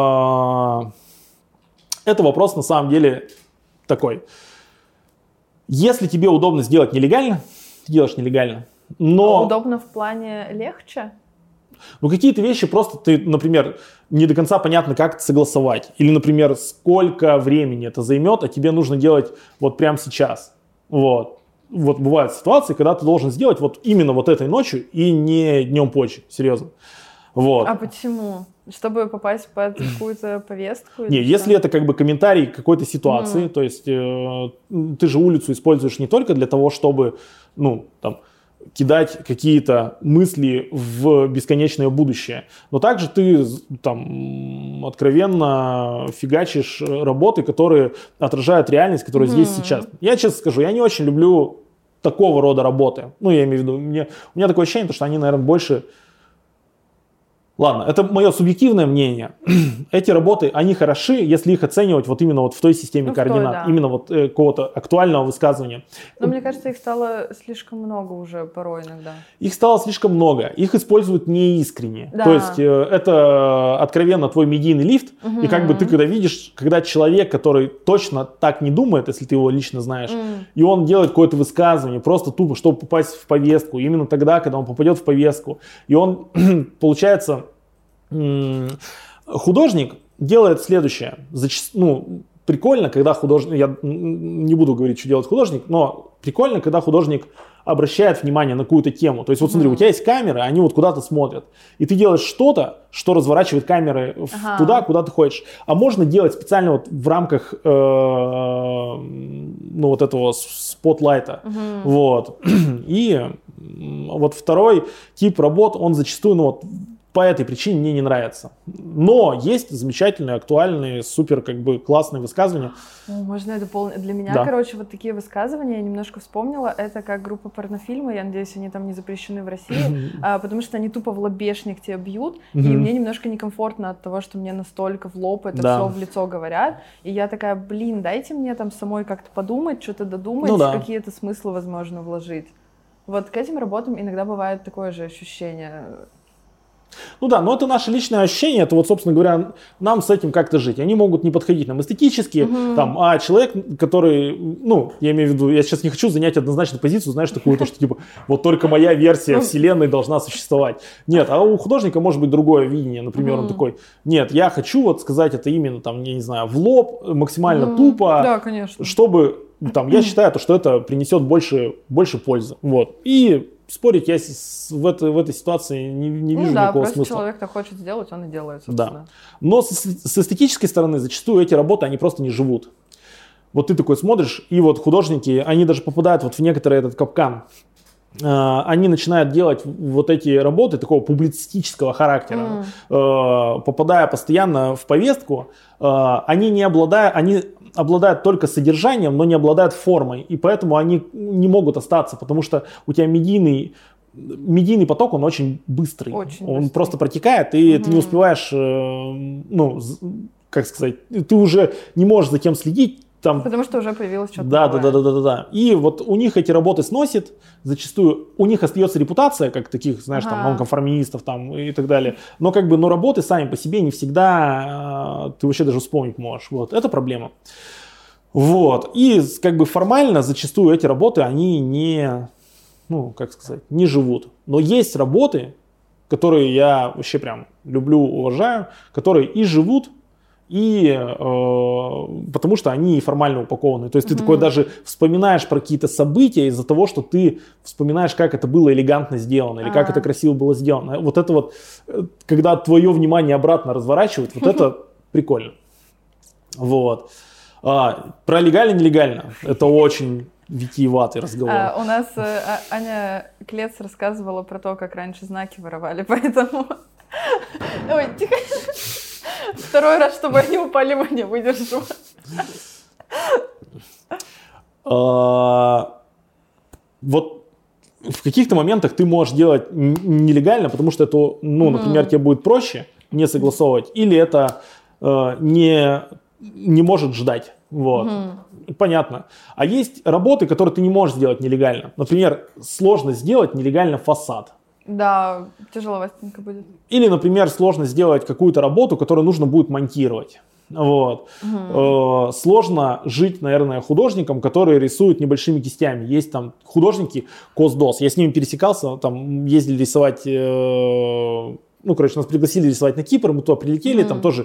Это вопрос на самом деле такой. Если тебе удобно сделать нелегально, ты делаешь нелегально. Но... Удобно в плане легче? Но какие-то вещи просто ты, например, не до конца понятно, как это согласовать. Или, например, сколько времени это займет, а тебе нужно делать вот прямо сейчас. Вот. Вот бывают ситуации, когда ты должен сделать вот именно вот этой ночью и не днем позже. Серьезно. Вот. А почему? Чтобы попасть под какую-то повестку? Не, если это как бы комментарий к какой-то ситуации, mm. то есть э, ты же улицу используешь не только для того, чтобы, ну, там, кидать какие-то мысли в бесконечное будущее, но также ты там откровенно фигачишь работы, которые отражают реальность, которая mm. здесь сейчас. Я честно скажу, я не очень люблю такого рода работы. Ну, я имею в виду, мне, у меня такое ощущение, что они, наверное, больше... Ладно, это мое субъективное мнение. Эти работы, они хороши, если их оценивать вот именно вот в той системе ну, координат, той, да. именно вот э, какого-то актуального высказывания. Но мне кажется, их стало слишком много уже порой иногда. Их стало слишком много, их используют неискренне. Да. То есть э, это откровенно твой медийный лифт, угу. и как бы ты когда видишь, когда человек, который точно так не думает, если ты его лично знаешь, mm. и он делает какое-то высказывание просто тупо, чтобы попасть в повестку, именно тогда, когда он попадет в повестку, и он, получается... Художник делает следующее. Зачаст... Ну, прикольно, когда художник... Я не буду говорить, что делает художник, но прикольно, когда художник обращает внимание на какую-то тему. То есть, вот смотри, mm-hmm. у тебя есть камеры, они вот куда-то смотрят. И ты делаешь что-то, что разворачивает камеры ага. туда, куда ты хочешь. А можно делать специально вот в рамках э, ну, вот этого спотлайта. Mm-hmm. Вот. И вот второй тип работ, он зачастую, ну вот, по этой причине мне не нравится. Но есть замечательные, актуальные, супер как бы классные высказывания. Можно я дополню? Для меня, да. короче, вот такие высказывания, я немножко вспомнила, это как группа порнофильмы, я надеюсь, они там не запрещены в России, а, потому что они тупо в лобешник тебя бьют, и мне немножко некомфортно от того, что мне настолько в лоб это да. все в лицо говорят, и я такая, блин, дайте мне там самой как-то подумать, что-то додумать, ну, да. какие-то смыслы, возможно, вложить. Вот к этим работам иногда бывает такое же ощущение. Ну да, но это наше личное ощущение, это вот, собственно говоря, нам с этим как-то жить. Они могут не подходить нам эстетически, uh-huh. там, а человек, который, ну, я имею в виду, я сейчас не хочу занять однозначную позицию, знаешь, такую, то, что типа, вот только моя версия вселенной должна существовать. Нет, а у художника может быть другое видение, например, uh-huh. он такой, нет, я хочу вот сказать это именно, там, я не знаю, в лоб, максимально uh-huh. тупо, да, конечно. Чтобы, там, я считаю, то, что это принесет больше, больше пользы, вот, и... Спорить я в этой, в этой ситуации не, не вижу ну, да, никакого смысла. Да, просто человек так хочет сделать, он и делает, собственно. Да. Но с, с эстетической стороны зачастую эти работы, они просто не живут. Вот ты такой смотришь, и вот художники, они даже попадают вот в некоторый этот капкан. Uh, они начинают делать вот эти работы такого публицистического характера, mm. uh, попадая постоянно в повестку, uh, они не обладают, они обладают только содержанием, но не обладают формой, и поэтому они не могут остаться, потому что у тебя медийный, медийный поток, он очень быстрый, очень он быстрый. Просто протекает, и mm-hmm. ты не успеваешь, uh, ну, как сказать, ты уже не можешь за тем следить. Там... Потому что уже появилось что-то да, новое. Да, да, да, да, да. И вот у них эти работы сносит, зачастую у них остается репутация, как таких, знаешь, ага. там, нонконформистов там и так далее. Но как бы, но работы сами по себе не всегда э, ты вообще даже вспомнить можешь. Вот, это проблема. Вот. И как бы формально зачастую эти работы, они не, ну, как сказать, не живут. Но есть работы, которые я вообще прям люблю, уважаю, которые и живут, и э, потому что они формально упакованы. То есть mm-hmm. ты такой даже вспоминаешь про какие-то события из-за того, что ты вспоминаешь, как это было элегантно сделано, или А-а-а. как это красиво было сделано. Вот это вот, когда твое внимание обратно разворачивают, вот это прикольно. Вот. А, про легально-нелегально. Это очень витиеватый разговор. А, у нас а, Аня Клец рассказывала про то, как раньше знаки воровали, поэтому... Ой, тихо. Второй раз, чтобы они упали, мы не выдержим. Вот в каких-то моментах ты можешь делать нелегально, потому что это, ну, например, тебе будет проще не согласовывать, или это не, не может ждать. Вот. Понятно. А есть работы, которые ты не можешь сделать нелегально. Например, сложно сделать нелегально фасад. Да, тяжеловатенько будет. Или, например, сложно сделать какую-то работу, которую нужно будет монтировать. Вот. Угу. Э, сложно жить, наверное, художником, который рисует небольшими кистями. Есть там художники Косдос. Я с ними пересекался, там ездили рисовать э, ну, короче, нас пригласили рисовать на Кипр, мы туда прилетели, mm-hmm. там тоже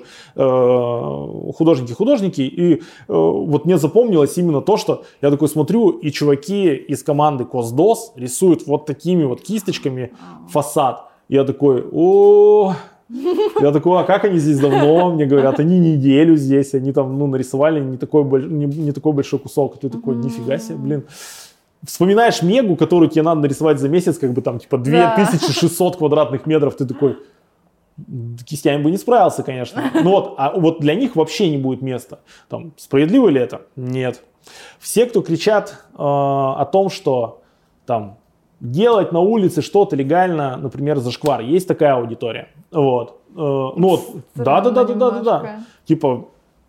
э, художники-художники, и э, вот мне запомнилось именно то, что я такой смотрю, и чуваки из команды Косдос рисуют вот такими вот кисточками фасад. Я такой, о, я такой, а как они здесь давно? Мне говорят, они неделю здесь, они там, ну, нарисовали не такой, не, не такой большой кусок. И ты такой, нифига себе, блин. Вспоминаешь Мегу, которую тебе надо нарисовать за месяц, как бы там, типа, две тысячи шестьсот квадратных метров, ты такой, кистями бы не справился, конечно. Но вот, а вот для них вообще не будет места. Там, справедливо ли это? Нет. Все, кто кричат э, о том, что там делать на улице что-то легально, например, зашквар, есть такая аудитория. Вот. Э, ну вот, да-да-да-да-да-да. Типа,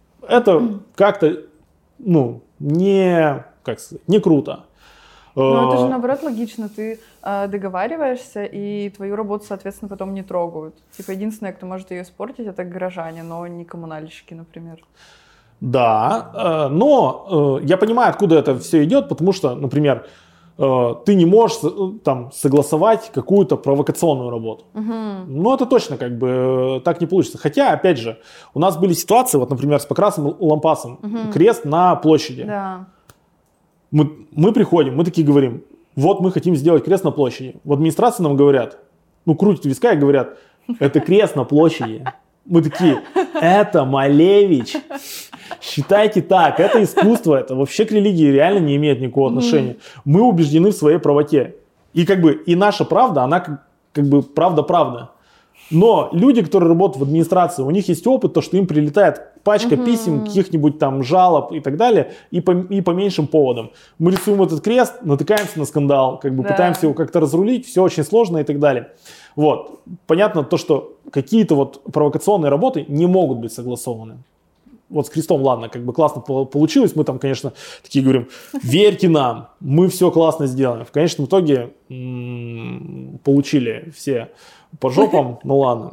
это как-то, ну, не, как сказать, не круто. Ну, это же, наоборот, логично. Ты э, договариваешься, и твою работу, соответственно, потом не трогают. Типа, единственное, кто может ее испортить, это горожане, но не коммунальщики, например. Да, э, но э, я понимаю, откуда это все идет, потому что, например, э, ты не можешь там согласовать какую-то провокационную работу. Угу. Ну, это точно как бы так не получится. Хотя, опять же, у нас были ситуации, вот, например, с Покрасом Лампасом, угу. крест на площади. Да. Мы, мы приходим, мы такие говорим, вот мы хотим сделать крест на площади. В администрации нам говорят, ну крутят виска и говорят, это крест на площади. Мы такие, это Малевич. Считайте так, это искусство, это вообще к религии реально не имеет никакого отношения. Мы убеждены в своей правоте. И как бы и наша правда, она как, как бы правда-правда. Но люди, которые работают в администрации, у них есть опыт, то, что им прилетает пачка uh-huh. писем, каких-нибудь там жалоб и так далее, и по, и по меньшим поводам. Мы рисуем этот крест, натыкаемся на скандал, как бы да. пытаемся его как-то разрулить, все очень сложно и так далее. Вот. Понятно то, что какие-то вот провокационные работы не могут быть согласованы. Вот с крестом, ладно, как бы классно получилось, мы там, конечно, такие говорим, верьте нам, мы все классно сделаем. В конечном итоге м-м, получили все по жопам, ну ладно.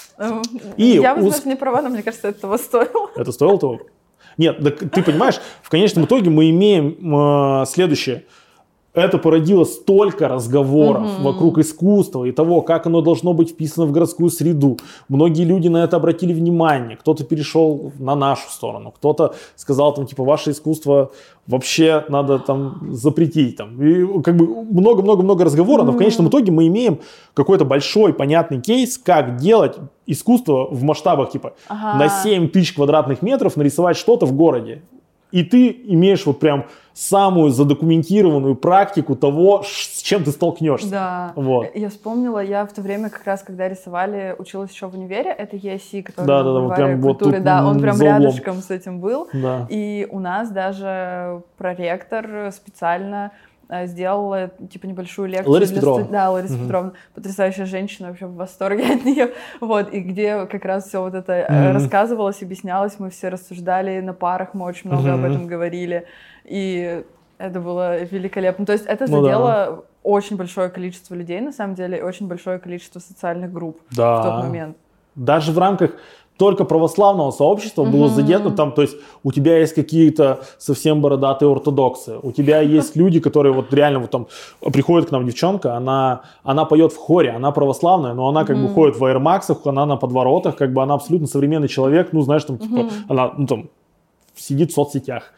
И я, возможно, не права, но мне кажется, это того стоило. Это стоило того? Нет, да, ты понимаешь, в конечном итоге мы имеем э, следующее. Это породило столько разговоров угу. вокруг искусства и того, как оно должно быть вписано в городскую среду. Многие люди на это обратили внимание. Кто-то перешел на нашу сторону, кто-то сказал, там, типа, ваше искусство вообще надо там запретить. Там. И, как бы много-много-много разговоров, но в конечном итоге мы имеем какой-то большой понятный кейс, как делать искусство в масштабах, типа, ага. на семь тысяч квадратных метров нарисовать что-то в городе. И ты имеешь вот прям самую задокументированную практику того, с чем ты столкнешься. Да, вот. Я вспомнила, я в то время как раз, когда рисовали, училась еще в универе, это ЕСИ, который да, в да, бульваре да, культуры, вот да, он прям за углом. рядышком с этим был. Да. И у нас даже проректор специально сделала типа небольшую лекцию. Лариса для Петровна. Студ... Да, Лариса угу. Петровна, потрясающая женщина, вообще в восторге от нее. Вот, и где как раз все вот это угу. рассказывалось, объяснялось, мы все рассуждали на парах, мы очень много угу. об этом говорили. И это было великолепно. То есть это ну задело да. очень большое количество людей, на самом деле, и очень большое количество социальных групп да. в тот момент. Даже в рамках только православного сообщества было mm-hmm. задето там, то есть у тебя есть какие-то совсем бородатые ортодоксы, у тебя есть люди, которые вот реально вот там приходит к нам девчонка, она, она поет в хоре, она православная, но она как mm-hmm. бы ходит в аэрмаксах, она на подворотах, как бы она абсолютно современный человек, ну знаешь, там типа mm-hmm. она ну, там сидит в соцсетях.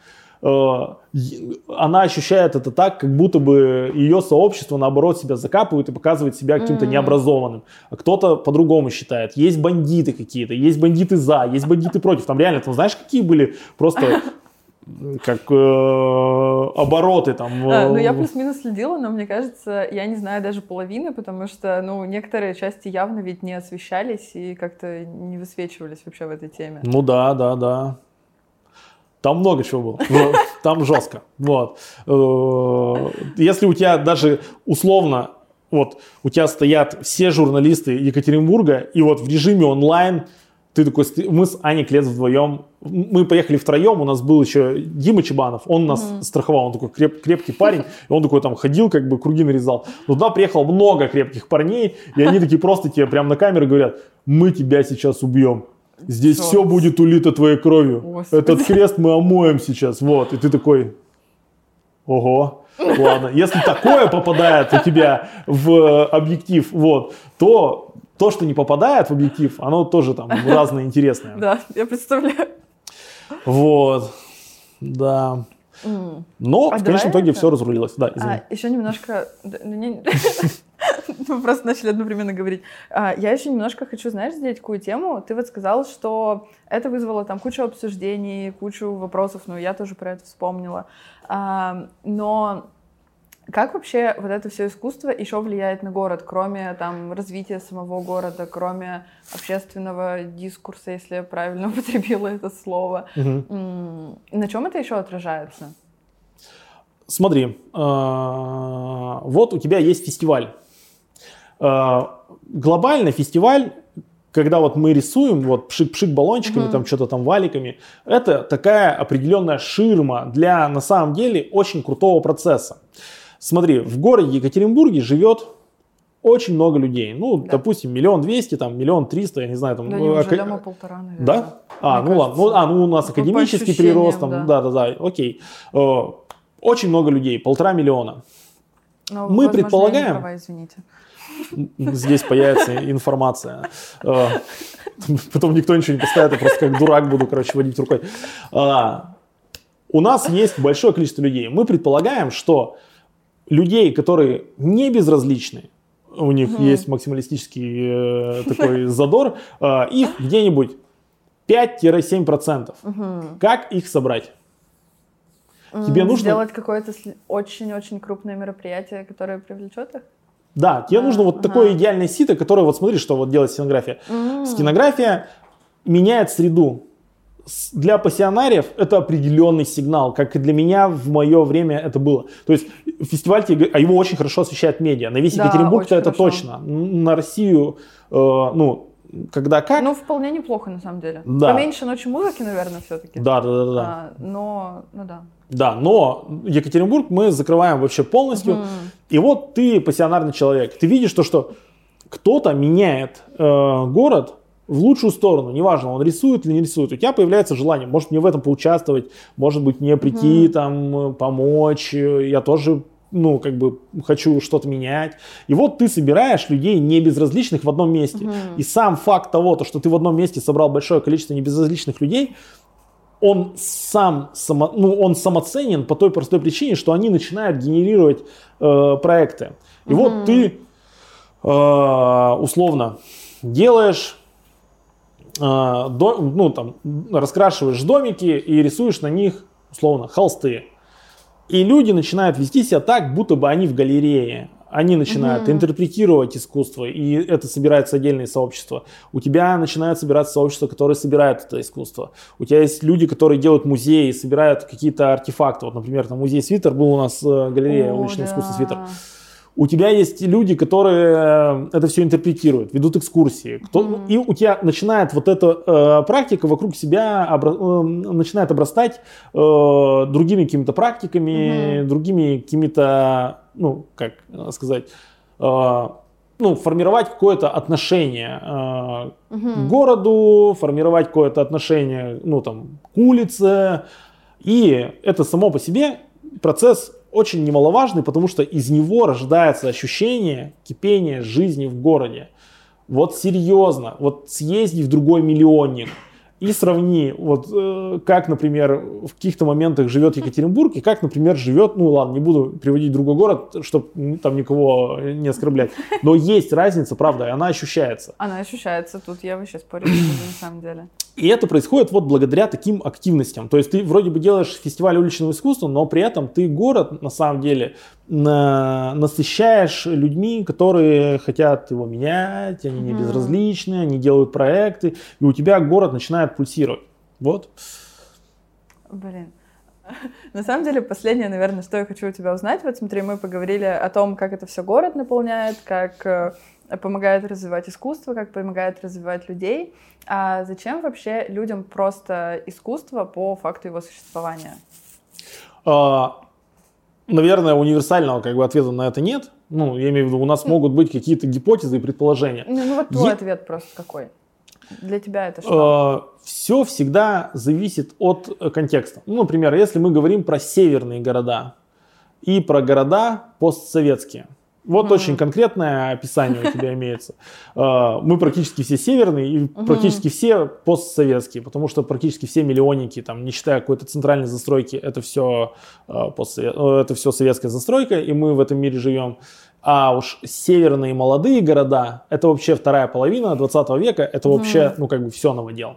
Она ощущает это так, как будто бы ее сообщество, наоборот, себя закапывает и показывает себя каким-то mm-hmm. необразованным. А кто-то по-другому считает. Есть бандиты какие-то, есть бандиты за, есть бандиты против. Там реально, там знаешь, какие были просто как э, обороты там. А, ну, я плюс-минус следила, но мне кажется, я не знаю даже половины, потому что, ну, некоторые части явно ведь не освещались и как-то не высвечивались вообще в этой теме. Ну да, да, да. Там много чего было, но там жестко. Вот. Если у тебя даже условно, вот у тебя стоят все журналисты Екатеринбурга, и вот в режиме онлайн ты такой, мы с Аней Клец вдвоем, мы поехали втроем, у нас был еще Дима Чебанов, он нас mm-hmm. страховал, он такой креп, крепкий парень, и он такой там ходил, как бы круги нарезал. Но туда приехало много крепких парней, и они такие просто тебе прямо на камеру говорят, мы тебя сейчас убьем. Здесь Черт. Все будет улито твоей кровью. Господи. Этот крест мы омоем сейчас. Вот. И ты такой, ого, ладно. Если такое попадает у тебя в объектив, вот, то то, что не попадает в объектив, оно тоже там разное интересное. Да, я представляю. Вот, да. Но в конечном итоге все разрулилось. Да, извини. Еще немножко... Мы просто начали одновременно говорить. Я еще немножко хочу, знаешь, сделать какую тему. Ты вот сказал, что это вызвало там кучу обсуждений, кучу вопросов, ну, я тоже про это вспомнила. Но как вообще вот это все искусство еще влияет на город, кроме там развития самого города, кроме общественного дискурса, если я правильно употребила это слово? Угу. На чем это еще отражается? Смотри, вот у тебя есть фестиваль. Глобально фестиваль, когда вот мы рисуем вот пшик-пшик баллончиками, mm-hmm. там что-то там валиками, это такая определенная ширма для на самом деле очень крутого процесса. Смотри, в городе Екатеринбурге живет очень много людей. Ну, да. допустим, миллион двести, там, миллион триста, я не знаю. Там, да не, уже дома полтора, наверное. Да? А, Мне ну кажется, ладно. Ну, а, ну у нас академический прирост, там, да. да-да-да, окей. Очень много людей, полтора миллиона. Но, мы возможно, предполагаем... Я не права, извините. Здесь появится информация. Потом никто ничего не поставит, я просто как дурак буду, короче, водить рукой. У нас есть большое количество людей. Мы предполагаем, что людей, которые не безразличны, у них угу. есть максималистический э, такой задор, э, их где-нибудь пять-семь процентов. Угу. Как их собрать? Тебе нужно... Сделать какое-то очень-очень крупное мероприятие, которое привлечет их? Да, тебе а, нужно вот ага. такое идеальное сито, которое, вот смотри, что вот делает стенография. Mm. Стенография меняет среду. Для пассионариев это определенный сигнал, как и для меня в мое время это было. То есть фестиваль, а его очень хорошо освещает медиа. На весь да, Екатеринбург-то это точно. На Россию, э, ну, когда как. Ну, вполне неплохо, на самом деле. Да. Поменьше ночи музыки, наверное, все-таки. Да, да, да. да. А, но, ну да. Да, но Екатеринбург мы закрываем вообще полностью. Mm. И вот ты пассионарный человек. Ты видишь то, что кто-то меняет э, город в лучшую сторону. Неважно, он рисует или не рисует. У тебя появляется желание. Может, мне в этом поучаствовать. Может быть, мне прийти, mm. там, помочь. Я тоже, ну, как бы хочу что-то менять. И вот ты собираешь людей небезразличных в одном месте. Mm. И сам факт того, то, что ты в одном месте собрал большое количество небезразличных людей, он сам само, ну, он самоценен по той простой причине, что они начинают генерировать э, проекты. И mm-hmm. вот ты э, условно делаешь, э, до, ну, там, раскрашиваешь домики и рисуешь на них условно холсты. И люди начинают вести себя так, будто бы они в галерее. Они начинают mm-hmm. интерпретировать искусство, и это собирается отдельное сообщество. У тебя начинают собираться сообщества, которые собирают это искусство. У тебя есть люди, которые делают музеи, собирают какие-то артефакты. Вот, например, там музей Свитер, был у нас галерея О, уличного да. искусства Свитер. У тебя есть люди, которые это все интерпретируют, ведут экскурсии. Кто, mm-hmm. И у тебя начинает вот эта э, практика вокруг себя обра- э, начинает обрастать э, другими какими-то практиками, mm-hmm. другими какими-то, ну, как сказать, э, ну, формировать какое-то отношение э, mm-hmm. к городу, формировать какое-то отношение, ну, там, к улице. И это само по себе процесс очень немаловажный, потому что из него рождается ощущение кипения жизни в городе. Вот серьезно, вот съезди в другой миллионник и сравни, вот э, как, например, в каких-то моментах живет Екатеринбург и как, например, живет, ну ладно, не буду приводить другой город, чтобы там никого не оскорблять, но есть разница, правда, и она ощущается. Она ощущается, тут я вообще спорю не буду, на самом деле. И это происходит вот благодаря таким активностям. То есть ты вроде бы делаешь фестиваль уличного искусства, но при этом ты город на самом деле на, насыщаешь людьми, которые хотят его менять, они не безразличны, они делают проекты, и у тебя город начинает пульсировать. Вот. Блин. На самом деле, последнее, наверное, что я хочу у тебя узнать. Вот смотри, мы поговорили о том, как это все город наполняет, как помогает развивать искусство, как помогает развивать людей. А зачем вообще людям просто искусство по факту его существования? А, наверное, универсального как бы ответа на это нет. Ну, я имею в виду, у нас могут быть какие-то гипотезы и предположения. Ну, ну вот твой е... ответ просто какой? Для тебя это что? А, все всегда зависит от контекста. Ну, например, если мы говорим про северные города и про города постсоветские, Вот mm. очень конкретное описание у тебя имеется. Мы практически все северные и mm-hmm. практически все постсоветские, потому что практически все миллионники, там, не считая какой-то центральной застройки, это все, постсовет... это все советская застройка, и мы в этом мире живем. А уж северные молодые города, это вообще вторая половина двадцатого века, это вообще, mm-hmm. ну, как бы все новодел.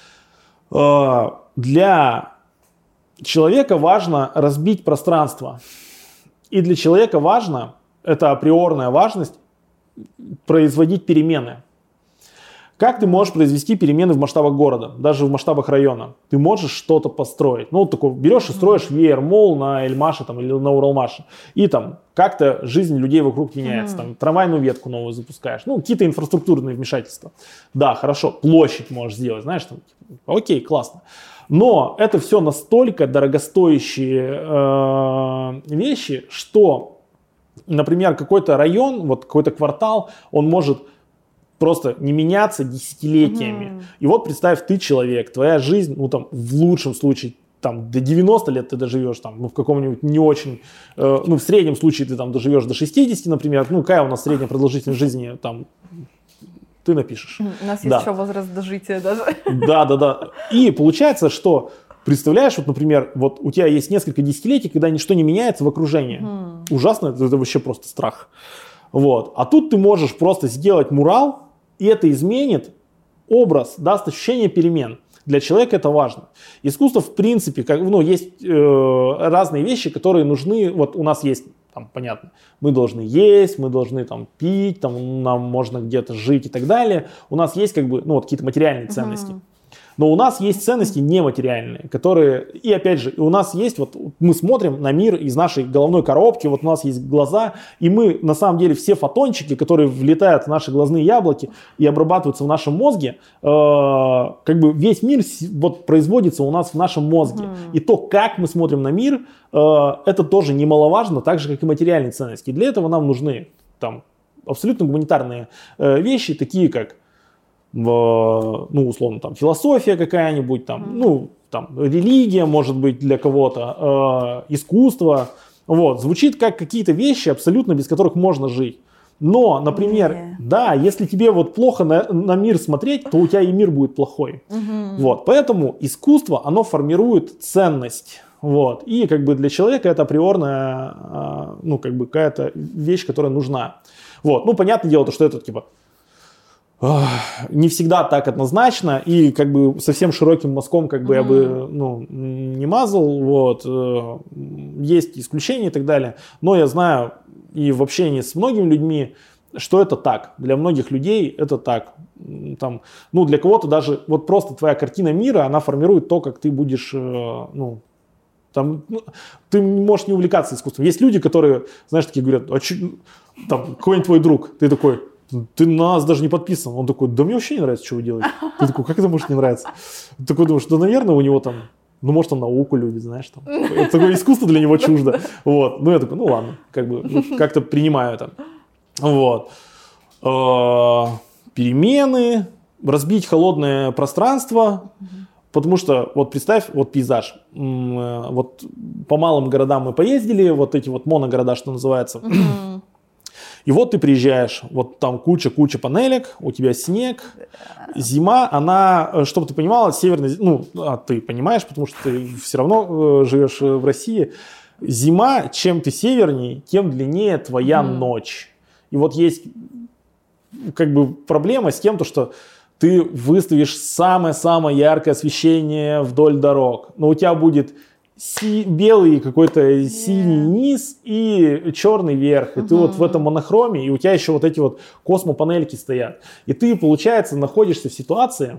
Для человека важно разбить пространство. И для человека важно, это априорная важность, производить перемены. Как ты можешь произвести перемены в масштабах города, даже в масштабах района? Ты можешь что-то построить. Ну, вот такой берешь и строишь веер-молл на Эльмаше там, или на Уралмаше. И там как-то жизнь людей вокруг меняется. Там, трамвайную ветку новую запускаешь. Ну, какие-то инфраструктурные вмешательства. Да, хорошо, площадь можешь сделать. Знаешь, там, окей, классно. Но это все настолько дорогостоящие э, вещи, что, например, какой-то район, вот какой-то квартал, он может просто не меняться десятилетиями. Mm-hmm. И вот представь, ты человек, твоя жизнь, ну там в лучшем случае там до девяноста лет ты доживешь, там, ну в каком-нибудь не очень, э, ну в среднем случае ты там доживешь до шестидесяти, например. Ну какая у нас средняя продолжительность жизни там? Ты напишешь. У нас есть да. еще возраст дожития даже. Да, да, да. И получается, что, представляешь, вот, например, вот у тебя есть несколько десятилетий, когда ничто не меняется в окружении. Mm. Ужасно, это, это вообще просто страх. Вот. А тут ты можешь просто сделать мурал, и это изменит образ, даст ощущение перемен. Для человека это важно. Искусство, в принципе, как, ну, есть э, разные вещи, которые нужны. Вот у нас есть, там, понятно, мы должны есть, мы должны там, пить, там, нам можно где-то жить и так далее. У нас есть как бы, ну, вот, какие-то материальные ценности. Uh-huh. Но у нас есть ценности нематериальные, которые, и опять же, у нас есть, вот мы смотрим на мир из нашей головной коробки, вот у нас есть глаза, и мы на самом деле все фотончики, которые влетают в наши глазные яблоки и обрабатываются в нашем мозге, э, как бы весь мир вот производится у нас в нашем мозге. Mm. И то, как мы смотрим на мир, э, это тоже немаловажно, так же, как и материальные ценности. И для этого нам нужны там абсолютно гуманитарные э, вещи, такие как В, ну, условно, там, философия какая-нибудь, там, mm. ну, там, религия, может быть, для кого-то, э, искусство. Вот, звучит как какие-то вещи, абсолютно без которых можно жить. Но, например, yeah. да, если тебе вот плохо на, на мир смотреть, то у тебя и мир будет плохой. Mm-hmm. Вот, поэтому искусство, оно формирует ценность. Вот, и как бы для человека это априорная, э, ну, как бы какая-то вещь, которая нужна. Вот, ну, понятное дело, то, что это, типа, не всегда так однозначно, и как бы совсем широким мазком как бы mm-hmm. я бы ну, не мазал, вот, есть исключения и так далее, но я знаю и в общении с многими людьми, что это так, для многих людей это так, там, ну для кого-то даже вот просто твоя картина мира, она формирует то, как ты будешь, ну, там, ну, ты можешь не увлекаться искусством. Есть люди, которые, знаешь, такие говорят, а че, там, какой-нибудь твой друг, ты такой, ты на нас даже не подписан. Он такой, да мне вообще не нравится, что вы делаете. Ты такой, как это может не нравиться? Ты такой думаешь, да, наверное, у него там, ну, может, он науку любит, знаешь, там. Это такое искусство для него чуждо. Вот. Ну, я такой, ну, ладно, как бы, ну, как-то принимаю это. Вот. Перемены, разбить холодное пространство, потому что, вот представь, вот пейзаж. Вот по малым городам мы поездили, вот эти вот моногорода, что называется. И вот ты приезжаешь, вот там куча-куча панелек, у тебя снег, зима, она, чтобы ты понимала, северная, ну, а ты понимаешь, потому что ты все равно э, живешь в России, зима, чем ты северней, тем длиннее твоя mm. ночь. И вот есть как бы проблема с тем, то, что ты выставишь самое-самое яркое освещение вдоль дорог, но у тебя будет Си- белый какой-то yeah. синий низ и черный верх. И uh-huh. ты вот в этом монохроме, и у тебя еще вот эти вот космопанельки стоят. И ты, получается, находишься в ситуации,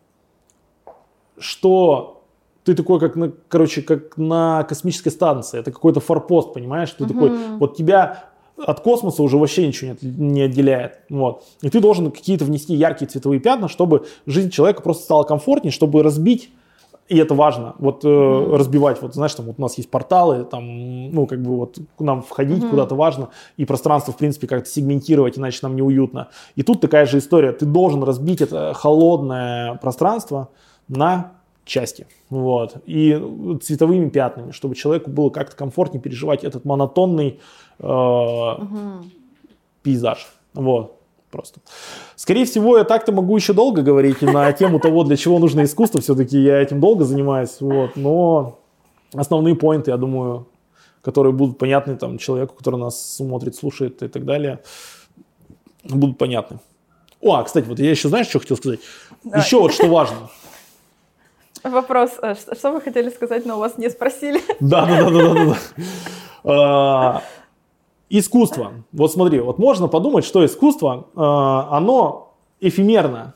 что ты такой, как на, короче, как на космической станции. Это какой-то форпост, понимаешь? Ты uh-huh. такой, вот тебя от космоса уже вообще ничего не, от, не отделяет. Вот. И ты должен какие-то внести яркие цветовые пятна, чтобы жизнь человека просто стала комфортнее, чтобы разбить. И это важно, вот э, mm-hmm. разбивать, вот знаешь, там вот у нас есть порталы, там, ну, как бы вот нам входить mm-hmm. куда-то важно, и пространство, в принципе, как-то сегментировать, иначе нам неуютно. И тут такая же история, ты должен разбить это холодное пространство на части, вот, и цветовыми пятнами, чтобы человеку было как-то комфортнее переживать этот монотонный, э, mm-hmm. пейзаж. Вот, просто. Скорее всего, я так-то могу еще долго говорить на тему того, для чего нужно искусство. Все-таки я этим долго занимаюсь, вот, но основные поинты, я думаю, которые будут понятны там, человеку, который нас смотрит, слушает и так далее, будут понятны. О, а, кстати, вот я еще, знаешь, что хотел сказать? Давай. Еще вот что важно. Вопрос, что вы хотели сказать, но у вас не спросили? Да, да, да, да, да, да. Искусство. Вот смотри, вот можно подумать, что искусство, оно эфемерно,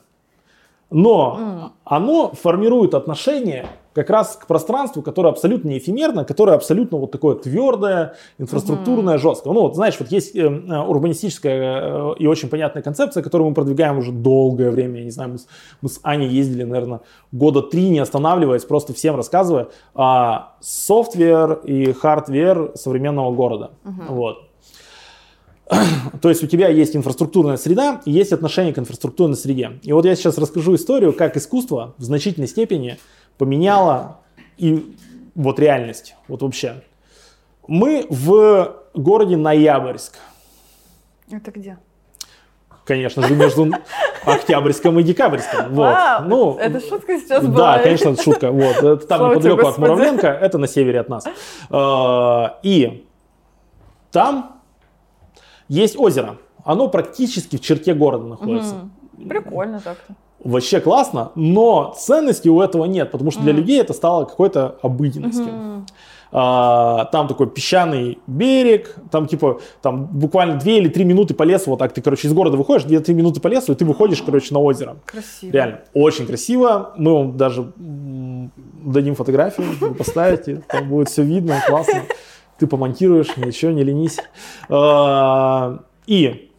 но оно формирует отношение как раз к пространству, которое абсолютно не эфемерно, которое абсолютно вот такое твердое, инфраструктурное, uh-huh. жесткое. Ну вот знаешь, вот есть э, урбанистическая э, и очень понятная концепция, которую мы продвигаем уже долгое время. Я не знаю, мы с, мы с Аней ездили, наверное, года три, не останавливаясь, просто всем рассказывая о софтвер и хардвер современного города. Uh-huh. Вот. То есть у тебя есть инфраструктурная среда и есть отношение к инфраструктурной среде. И вот я сейчас расскажу историю, как искусство в значительной степени поменяло и вот реальность. Вот вообще. Мы в городе Ноябрьск. Это где? Конечно же, между Октябрьском и Декабрьском. Вот. Вау, ну, это шутка сейчас была? Да, конечно, это шутка. Вот. Это там Слава неподалеку тебе, от Муравленко, это на севере от нас. И там есть озеро. Оно практически в черте города находится. Угу. Прикольно так-то. Вообще классно, но ценности у этого нет, потому что для mm. людей это стало какой-то обыденностью. Mm-hmm. А, там такой песчаный берег, там типа там буквально две или три минуты по лесу, вот так ты, короче, из города выходишь, две-три минуты по лесу, и ты выходишь, короче, на озеро. Красиво. Реально, очень красиво. Мы вам даже дадим фотографию, вы поставите, там будет все видно, классно. Ты помонтируешь, ничего, не ленись. А, и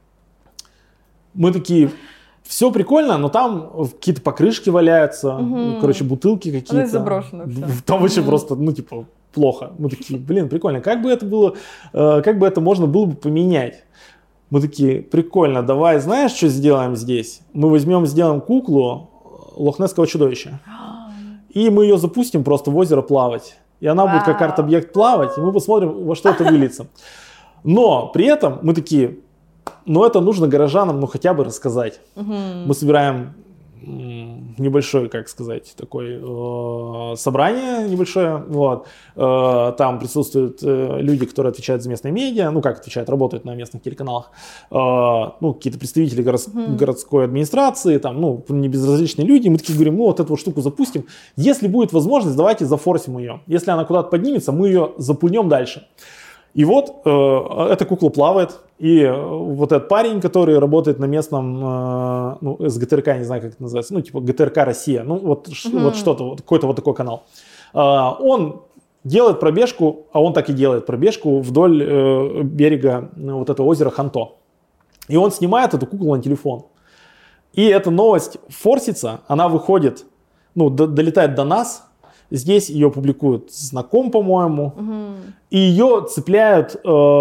мы такие... Все прикольно, но там какие-то покрышки валяются, угу. короче, бутылки какие-то. Это заброшено все. Там вообще угу. просто, ну, типа, плохо. Мы такие, блин, прикольно. Как бы это было, как бы это можно было бы поменять? Мы такие, прикольно, давай, знаешь, что сделаем здесь? Мы возьмем, сделаем куклу Лохнесского чудовища. И мы ее запустим просто в озеро плавать. И она Вау. будет как арт-объект плавать, и мы посмотрим, во что это выльется. Но при этом мы такие... Но это нужно горожанам, ну, хотя бы рассказать. Угу. Мы собираем м, небольшое, как сказать, такое э, собрание небольшое. Вот. Э, там присутствуют э, люди, которые отвечают за местные медиа. Ну, как отвечают, работают на местных телеканалах. Э, ну, какие-то представители город, угу. городской администрации. Там, ну, небезразличные люди. Мы такие говорим, ну, вот эту вот штуку запустим. Если будет возможность, давайте зафорсим ее. Если она куда-то поднимется, мы ее запульнем дальше. И вот э, эта кукла плавает, и э, вот этот парень, который работает на местном, э, ну, эс гэ тэ эр ка, не знаю, как это называется, ну, типа гэ тэ эр ка Россия, ну, вот, mm-hmm. вот что-то, вот, какой-то вот такой канал. Э, он делает пробежку, а он так и делает пробежку вдоль э, берега э, вот этого озера Ханто. И он снимает эту куклу на телефон. И эта новость форсится, она выходит, ну, до, долетает до нас. Здесь ее публикуют знаком, по-моему, угу. и ее цепляют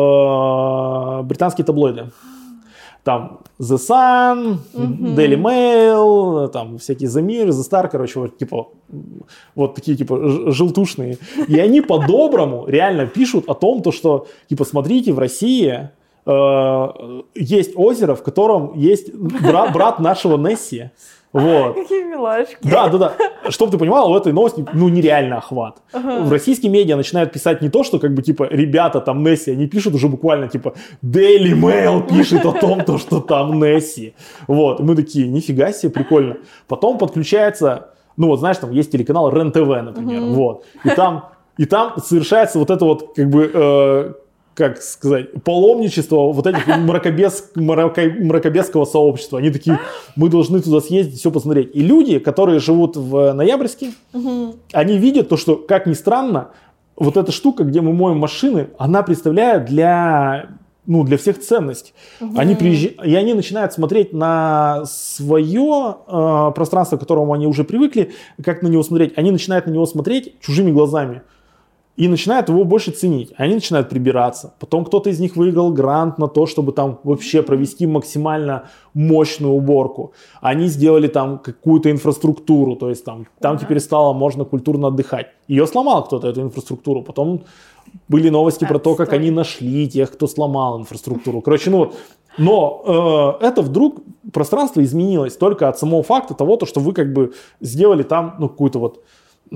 э, британские таблоиды. Там The Sun, угу. Daily Mail, там всякие The Mirror, The Star, короче, вот, типа, вот такие типа желтушные. И они по-доброму реально пишут о том, то, что, типа, смотрите, в России э, есть озеро, в котором есть брат, брат нашего Несси. Вот. Какие милашки. Да, да, да. Чтобы ты понимала, у этой новости, ну, нереально охват. Ага. В российские медиа начинают писать не то, что, как бы, типа, ребята, там, Несси, они пишут уже буквально, типа, Daily Mail пишет о том, то, что там Несси. Вот. И мы такие, нифига себе, прикольно. Потом подключается, ну, вот, знаешь, там есть телеканал РЕН-ТВ, например, угу. вот. И там, и там совершается вот это вот, как бы, э, как сказать, паломничество вот этих мракобес, мрако, мракобесского сообщества. Они такие, мы должны туда съездить, все посмотреть. И люди, которые живут в Ноябрьске, угу. они видят то, что, как ни странно, вот эта штука, где мы моем машины, она представляет для, ну, для всех ценность. Угу. Они приезжают, и они начинают смотреть на свое э, пространство, к которому они уже привыкли, как на него смотреть. Они начинают на него смотреть чужими глазами. И начинают его больше ценить. Они начинают прибираться. Потом кто-то из них выиграл грант на то, чтобы там вообще провести максимально мощную уборку. Они сделали там какую-то инфраструктуру. То есть там, там теперь стало можно культурно отдыхать. Ее сломал кто-то, эту инфраструктуру. Потом были новости про то, как они нашли тех, кто сломал инфраструктуру. Короче, ну, Но э, это вдруг пространство изменилось только от самого факта того, то, что вы как бы сделали там ну, какую-то вот,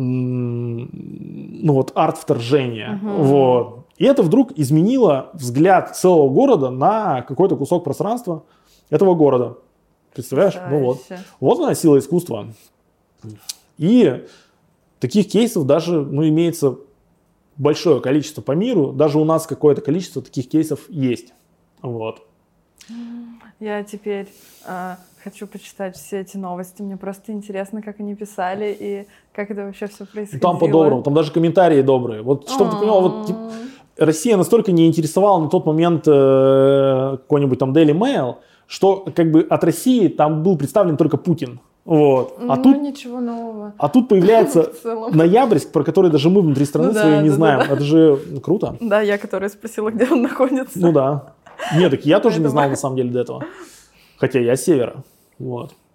ну, вот арт-вторжение. Uh-huh. Вот. И это вдруг изменило взгляд целого города на какой-то кусок пространства этого города. Представляешь? Да, ну вот. Вот она сила искусства. И таких кейсов даже ну, имеется большое количество по миру. Даже у нас какое-то количество таких кейсов есть. Вот. Я теперь э, хочу почитать все эти новости. Мне просто интересно, как они писали и как это вообще все происходило. Там по-доброму, там даже комментарии добрые. Вот, чтобы ты понимал, вот типа, Россия настолько не интересовала на тот момент э, какой-нибудь там Daily Mail, что как бы от России там был представлен только Путин. Вот. А ну, тут, ничего нового. А тут появляется Ноябрьск, про который даже мы внутри страны ну, своей да, не да, знаем. Да, да. Это же круто. Да, я, которая спросила, где он находится. Ну да. Нет, так я тоже не знал на самом деле до этого. Хотя я с севера. Вот.